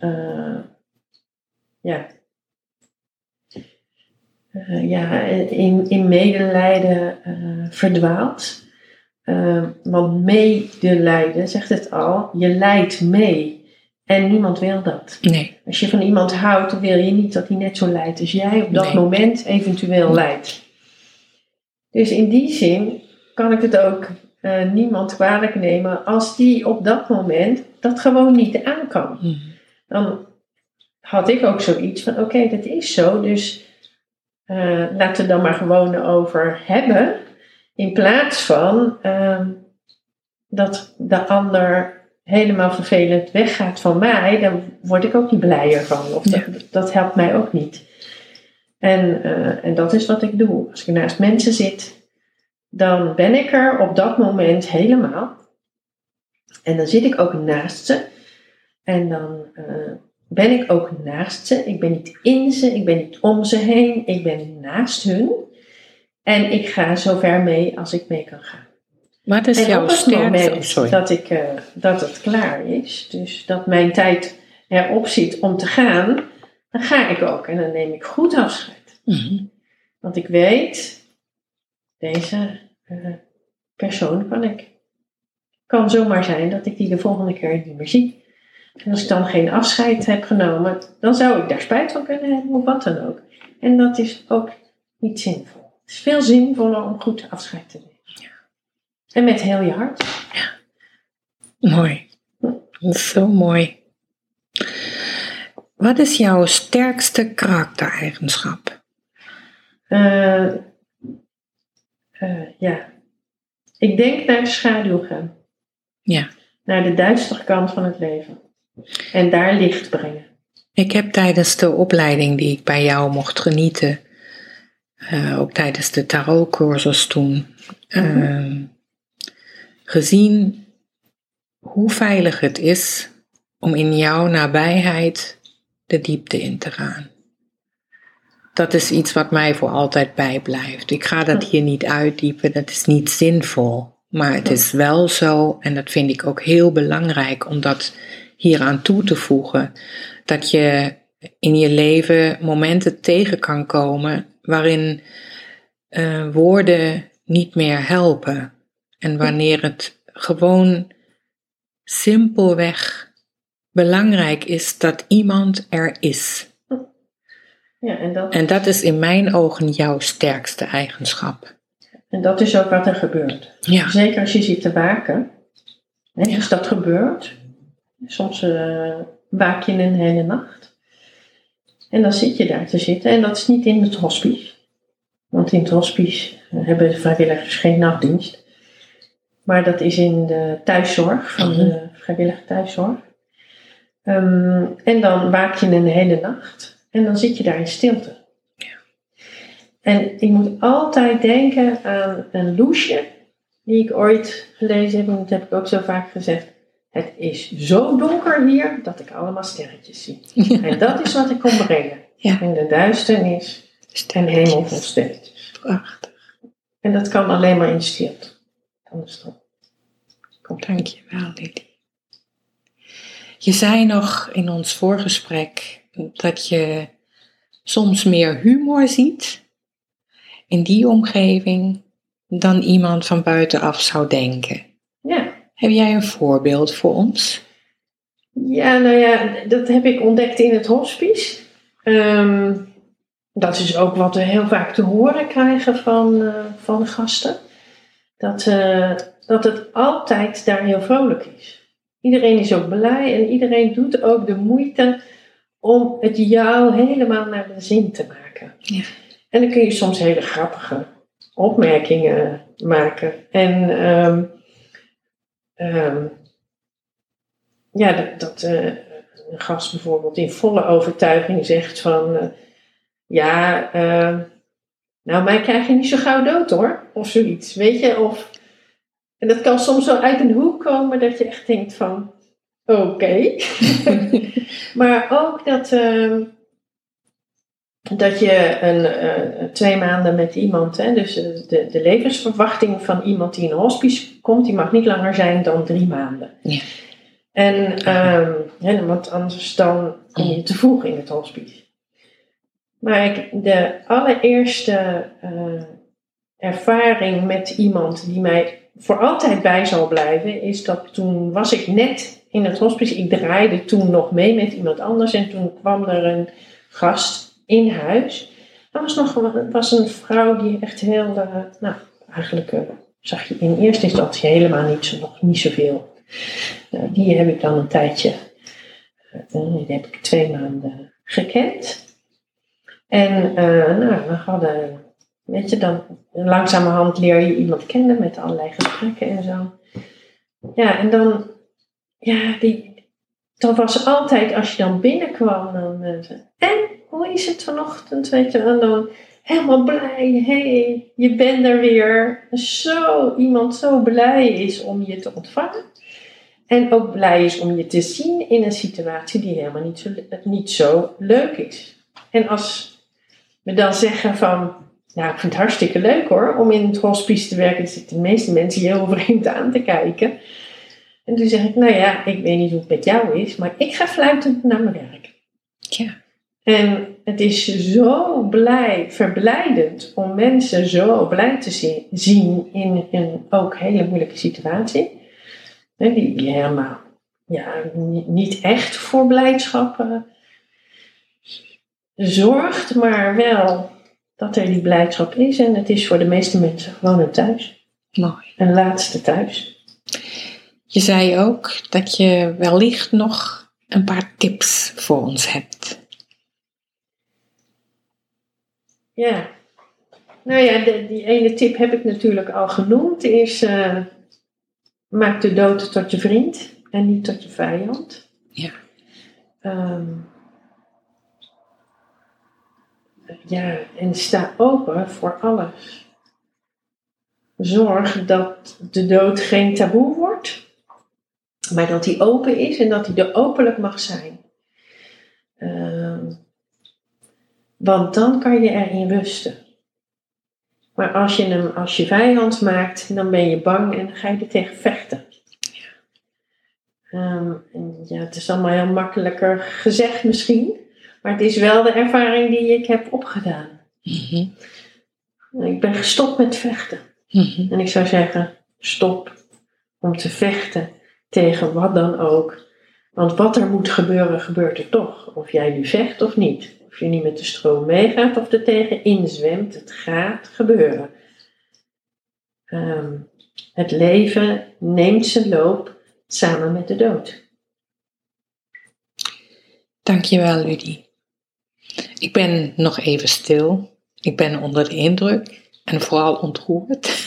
in medelijden verdwaalt. Want medelijden, zegt het al, je lijdt mee. En niemand wil dat. Nee. Als je van iemand houdt, dan wil je niet dat hij net zo lijdt als jij op dat moment eventueel lijdt. Dus in die zin kan ik het ook niemand kwalijk nemen als die op dat moment dat gewoon niet aan kan. Dan had ik ook zoiets van, oké, dat is zo, dus laten we het dan maar gewoon over hebben. In plaats van dat de ander helemaal vervelend weggaat van mij, dan word ik ook niet blijer van. Of dat helpt mij ook niet. En dat is wat ik doe. Als ik naast mensen zit, dan ben ik er op dat moment helemaal. En dan zit ik ook naast ze. En dan ben ik ook naast ze. Ik ben niet in ze, ik ben niet om ze heen. Ik ben naast hun. En ik ga zo ver mee als ik mee kan gaan. Wat is en jouw op het sterkste? moment dat het klaar is, dus dat mijn tijd erop zit om te gaan, dan ga ik ook. En dan neem ik goed afscheid. Mm-hmm. Want ik weet, deze persoon kan zomaar zijn dat ik die de volgende keer niet meer zie. En als ik dan geen afscheid heb genomen, dan zou ik daar spijt van kunnen hebben of wat dan ook. En dat is ook niet zinvol. Het is veel zinvoller om goed afscheid te nemen. Ja. En met heel je hart. Ja. Mooi. Dat is zo mooi. Wat is jouw sterkste karaktereigenschap? Ik denk naar de schaduw gaan. Ja. Naar de duistere kant van het leven. En daar licht brengen. Ik heb tijdens de opleiding die ik bij jou mocht genieten, ook tijdens de tarotcursus toen, gezien hoe veilig het is om in jouw nabijheid de diepte in te gaan. Dat is iets wat mij voor altijd bijblijft. Ik ga dat hier niet uitdiepen, dat is niet zinvol. Maar het is wel zo, en dat vind ik ook heel belangrijk om dat hieraan toe te voegen, dat je in je leven momenten tegen kan komen waarin woorden niet meer helpen. En wanneer het gewoon simpelweg belangrijk is dat iemand er is. Ja, en dat is in mijn ogen jouw sterkste eigenschap. En dat is ook wat er gebeurt. Ja. Zeker als je zit te waken. En als dat gebeurt. Soms waak je een hele nacht. En dan zit je daar te zitten. En dat is niet in het hospice. Want in het hospice hebben vrijwilligers geen nachtdienst. Maar dat is in de thuiszorg. Van de vrijwillige thuiszorg. En dan waak je een hele nacht. En dan zit je daar in stilte. En ik moet altijd denken aan een loesje die ik ooit gelezen heb. En dat heb ik ook zo vaak gezegd. Het is zo donker hier dat ik allemaal sterretjes zie. Ja. En dat is wat ik kon brengen. Ja. In de duisternis en hemel vol sterretjes. Prachtig. En dat kan alleen maar in stilte. Dank je wel, Lily. Je zei nog in ons voorgesprek dat je soms meer humor ziet in die omgeving dan iemand van buitenaf zou denken. Ja. Heb jij een voorbeeld voor ons? Ja, dat heb ik ontdekt in het hospice. Dat is ook wat we heel vaak te horen krijgen van de gasten. Dat het altijd daar heel vrolijk is. Iedereen is ook blij en iedereen doet ook de moeite om het jou helemaal naar de zin te maken. Ja. En dan kun je soms hele grappige opmerkingen maken. En dat een gast bijvoorbeeld in volle overtuiging zegt van... nou, mij krijg je niet zo gauw dood hoor. Of zoiets, weet je. En dat kan soms wel uit een hoek komen dat je echt denkt van... Oké. Maar ook dat je 2 maanden met iemand... Hè, dus de levensverwachting van iemand die in een hospice komt... die mag niet langer zijn dan 3 maanden. Ja. En want anders dan kom je te vroeg in het hospice. Maar de allereerste ervaring met iemand die mij voor altijd bij zal blijven, is dat toen was ik net in het hospice. Ik draaide toen nog mee met iemand anders en toen kwam er een gast in huis. Er was een vrouw die echt heel, eigenlijk zag je in eerste instantie helemaal nog niet zoveel. Die heb ik dan een tijdje, die heb ik 2 maanden gekend. En we hadden, weet je, dan langzamerhand leer je iemand kennen met allerlei gesprekken en zo. Ja, en dan was altijd, als je dan binnenkwam, dan en hoe is het vanochtend, weet je, en dan helemaal blij, hey, je bent er weer. Iemand zo blij is om je te ontvangen. En ook blij is om je te zien in een situatie die helemaal niet zo leuk is. En als we dan zeggen van, nou, ik vind het hartstikke leuk hoor, om in het hospice te werken. Er zitten de meeste mensen heel vreemd aan te kijken. En toen zeg ik, ik weet niet hoe het met jou is, maar ik ga fluitend naar mijn werk. Ja. En het is zo verblijdend om mensen zo blij te zien in een ook hele moeilijke situatie. Die helemaal niet echt voor blijdschap zorgt, maar wel dat er die blijdschap is. En het is voor de meeste mensen gewoon een thuis. Mooi. Een laatste thuis. Je zei ook dat je wellicht nog een paar tips voor ons hebt. Ja. Die ene tip heb ik natuurlijk al genoemd. Is maak de dood tot je vriend en niet tot je vijand. Ja. En sta open voor alles. Zorg dat de dood geen taboe wordt, maar dat die open is en dat die er openlijk mag zijn. Want dan kan je erin rusten. Maar als je hem als je vijand maakt, dan ben je bang en dan ga je er tegen vechten. Het is allemaal heel makkelijker gezegd misschien. Maar het is wel de ervaring die ik heb opgedaan. Mm-hmm. Ik ben gestopt met vechten. Mm-hmm. En ik zou zeggen, stop om te vechten tegen wat dan ook. Want wat er moet gebeuren, gebeurt er toch. Of jij nu vecht of niet. Of je niet met de stroom meegaat of er tegen inzwemt. Het gaat gebeuren. Het leven neemt zijn loop samen met de dood. Dankjewel, Ludie. Ik ben nog even stil. Ik ben onder de indruk en vooral ontroerd.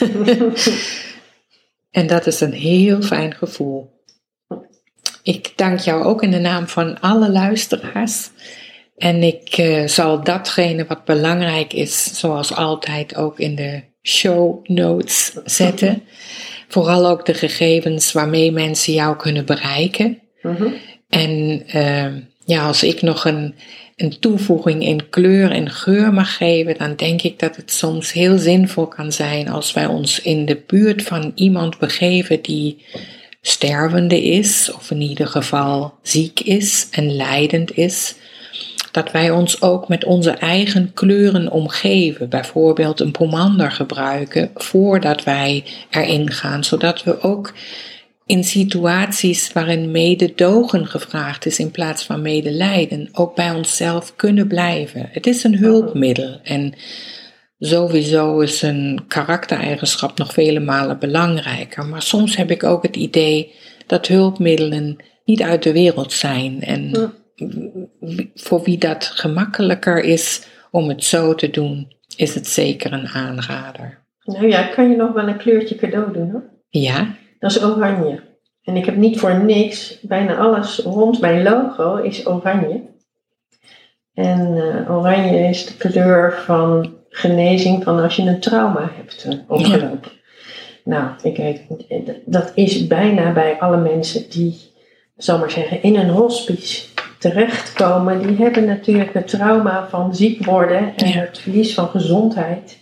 En dat is een heel fijn gevoel. Ik dank jou ook in de naam van alle luisteraars. En ik zal datgene wat belangrijk is, zoals altijd ook in de show notes zetten. Vooral ook de gegevens waarmee mensen jou kunnen bereiken. En als ik nog een toevoeging in kleur en geur mag geven, dan denk ik dat het soms heel zinvol kan zijn als wij ons in de buurt van iemand begeven die stervende is, of in ieder geval ziek is en lijdend is, dat wij ons ook met onze eigen kleuren omgeven. Bijvoorbeeld een pomander gebruiken voordat wij erin gaan, zodat we ook in situaties waarin mededogen gevraagd is in plaats van medelijden, ook bij onszelf kunnen blijven. Het is een hulpmiddel en sowieso is een karaktereigenschap nog vele malen belangrijker. Maar soms heb ik ook het idee dat hulpmiddelen niet uit de wereld zijn. En voor wie dat gemakkelijker is om het zo te doen, is het zeker een aanrader. Nou ja, ik kan je nog wel een kleurtje cadeau doen hoor. Ja? Dat is oranje. En ik heb niet voor niks, bijna alles rond mijn logo is oranje. En oranje is de kleur van genezing van als je een trauma hebt opgelopen. Nou, ik weet, dat is bijna bij alle mensen die, zal maar zeggen, in een hospice terechtkomen. Die hebben natuurlijk het trauma van ziek worden en het verlies van gezondheid.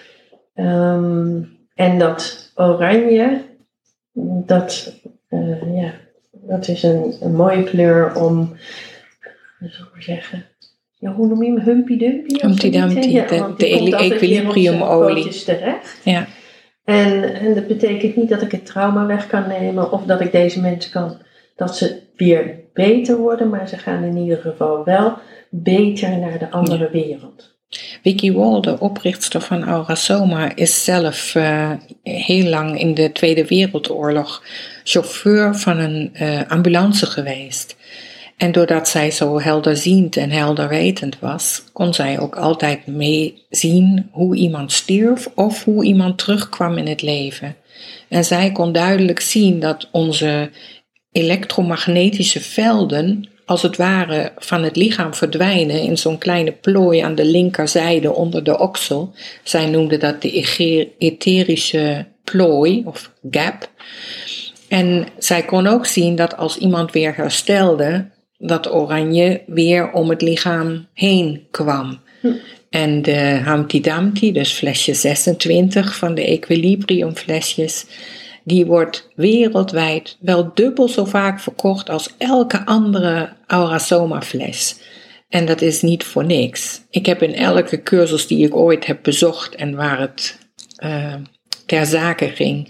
En dat oranje, dat is een mooie kleur om, zal maar zeggen, hoe noem je hem? Humpy Dumpy? Humpty Dumpty, de equilibriumolie. Terecht. Ja. En dat betekent niet dat ik het trauma weg kan nemen of dat ik deze mensen kan, dat ze weer beter worden, maar ze gaan in ieder geval wel beter naar de andere wereld. Vicky Wall, de oprichter van Aura-Soma, is zelf heel lang in de Tweede Wereldoorlog chauffeur van een ambulance geweest. En doordat zij zo helderziend en helderwetend was, kon zij ook altijd meezien hoe iemand stierf of hoe iemand terugkwam in het leven. En zij kon duidelijk zien dat onze elektromagnetische velden als het ware van het lichaam verdwijnen in zo'n kleine plooi aan de linkerzijde onder de oksel. Zij noemde dat de etherische plooi of gap. En zij kon ook zien dat als iemand weer herstelde, dat oranje weer om het lichaam heen kwam. En de Humpty Dumpty, dus flesje 26 van de equilibrium flesjes, die wordt wereldwijd wel dubbel zo vaak verkocht als elke andere Aura-Soma fles. En dat is niet voor niks. Ik heb in elke cursus die ik ooit heb bezocht en waar het ter zake ging,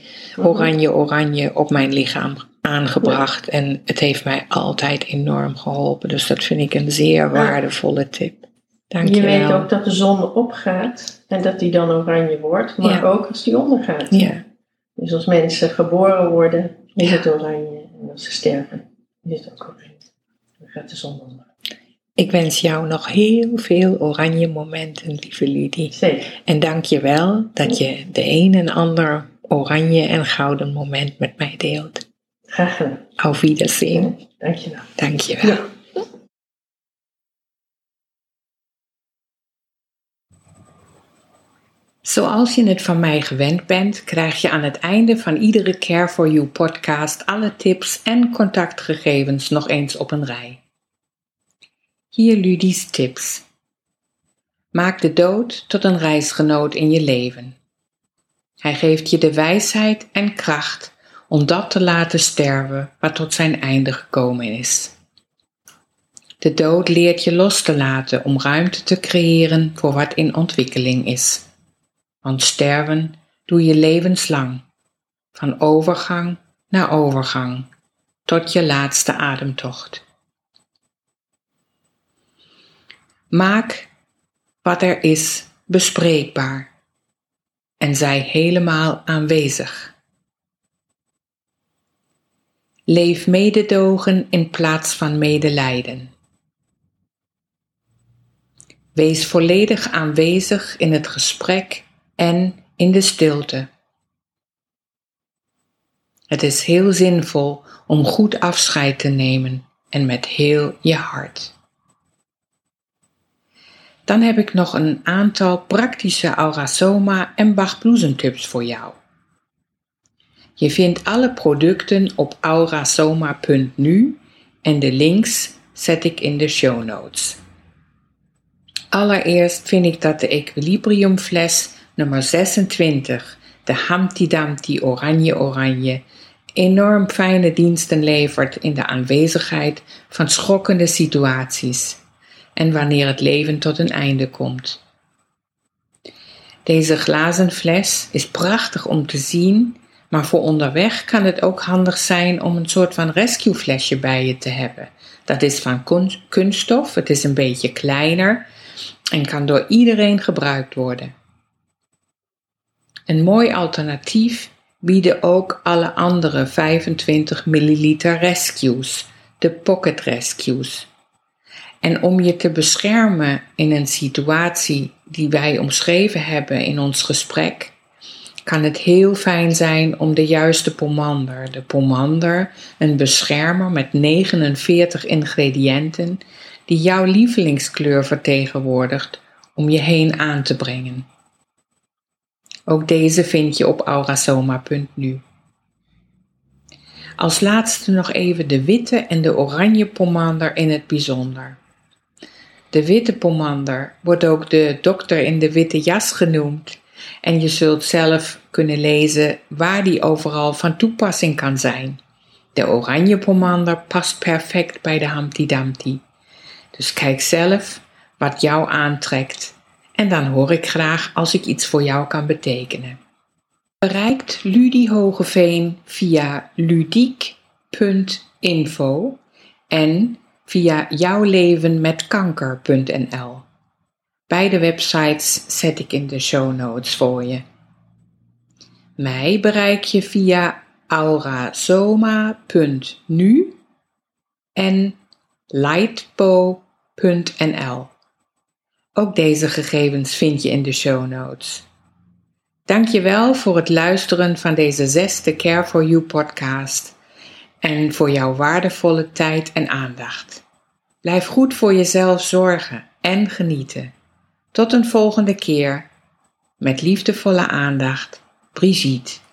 oranje op mijn lichaam aangebracht. En het heeft mij altijd enorm geholpen. Dus dat vind ik een zeer waardevolle tip. Dank je wel. Je weet ook dat de zon opgaat en dat die dan oranje wordt, maar ook als die ondergaat. Ja. Dus als mensen geboren worden, is het oranje. En als ze sterven, is het ook oranje. Dan gaat de zon onder. Ik wens jou nog heel veel oranje momenten, lieve Ludie. Zeker. En dank je wel dat je de een en ander oranje en gouden moment met mij deelt. Graag gedaan. Auf Wiedersehen. Dank je wel. Dank je wel. Ja. Zoals je het van mij gewend bent, krijg je aan het einde van iedere Care for You podcast alle tips en contactgegevens nog eens op een rij. Hier Ludie's tips. Maak de dood tot een reisgenoot in je leven. Hij geeft je de wijsheid en kracht om dat te laten sterven wat tot zijn einde gekomen is. De dood leert je los te laten om ruimte te creëren voor wat in ontwikkeling is. Want sterven doe je levenslang, van overgang naar overgang, tot je laatste ademtocht. Maak wat er is bespreekbaar en zij helemaal aanwezig. Leef mededogen in plaats van medelijden. Wees volledig aanwezig in het gesprek en in de stilte. Het is heel zinvol om goed afscheid te nemen en met heel je hart. Dan heb ik nog een aantal praktische Aura-Soma en Bach-bloesemtips voor jou. Je vindt alle producten op aurasoma.nu en de links zet ik in de show notes. Allereerst vind ik dat de Equilibriumfles nummer 26, de Humpty Dumpty Oranje, enorm fijne diensten levert in de aanwezigheid van schokkende situaties en wanneer het leven tot een einde komt. Deze glazen fles is prachtig om te zien, maar voor onderweg kan het ook handig zijn om een soort van rescueflesje bij je te hebben. Dat is van kunststof, het is een beetje kleiner en kan door iedereen gebruikt worden. Een mooi alternatief bieden ook alle andere 25 ml rescues, de pocket rescues. En om je te beschermen in een situatie die wij omschreven hebben in ons gesprek, kan het heel fijn zijn om de juiste pomander. De pomander, een beschermer met 49 ingrediënten die jouw lievelingskleur vertegenwoordigt, om je heen aan te brengen. Ook deze vind je op aurasoma.nu. Als laatste nog even de witte en de oranje pomander in het bijzonder. De witte pomander wordt ook de dokter in de witte jas genoemd en je zult zelf kunnen lezen waar die overal van toepassing kan zijn. De oranje pomander past perfect bij de Humpty Dumpty. Dus kijk zelf wat jou aantrekt en dan hoor ik graag als ik iets voor jou kan betekenen. Bereikt Ludie Hogeveen via ludiek.info en via jouwlevenmetkanker.nl. Beide websites zet ik in de show notes voor je. Mij bereik je via aurasoma.nu en lightpo.nl. Ook deze gegevens vind je in de show notes. Dank je wel voor het luisteren van deze 6e Care for You podcast en voor jouw waardevolle tijd en aandacht. Blijf goed voor jezelf zorgen en genieten. Tot een volgende keer. Met liefdevolle aandacht, Brigitte.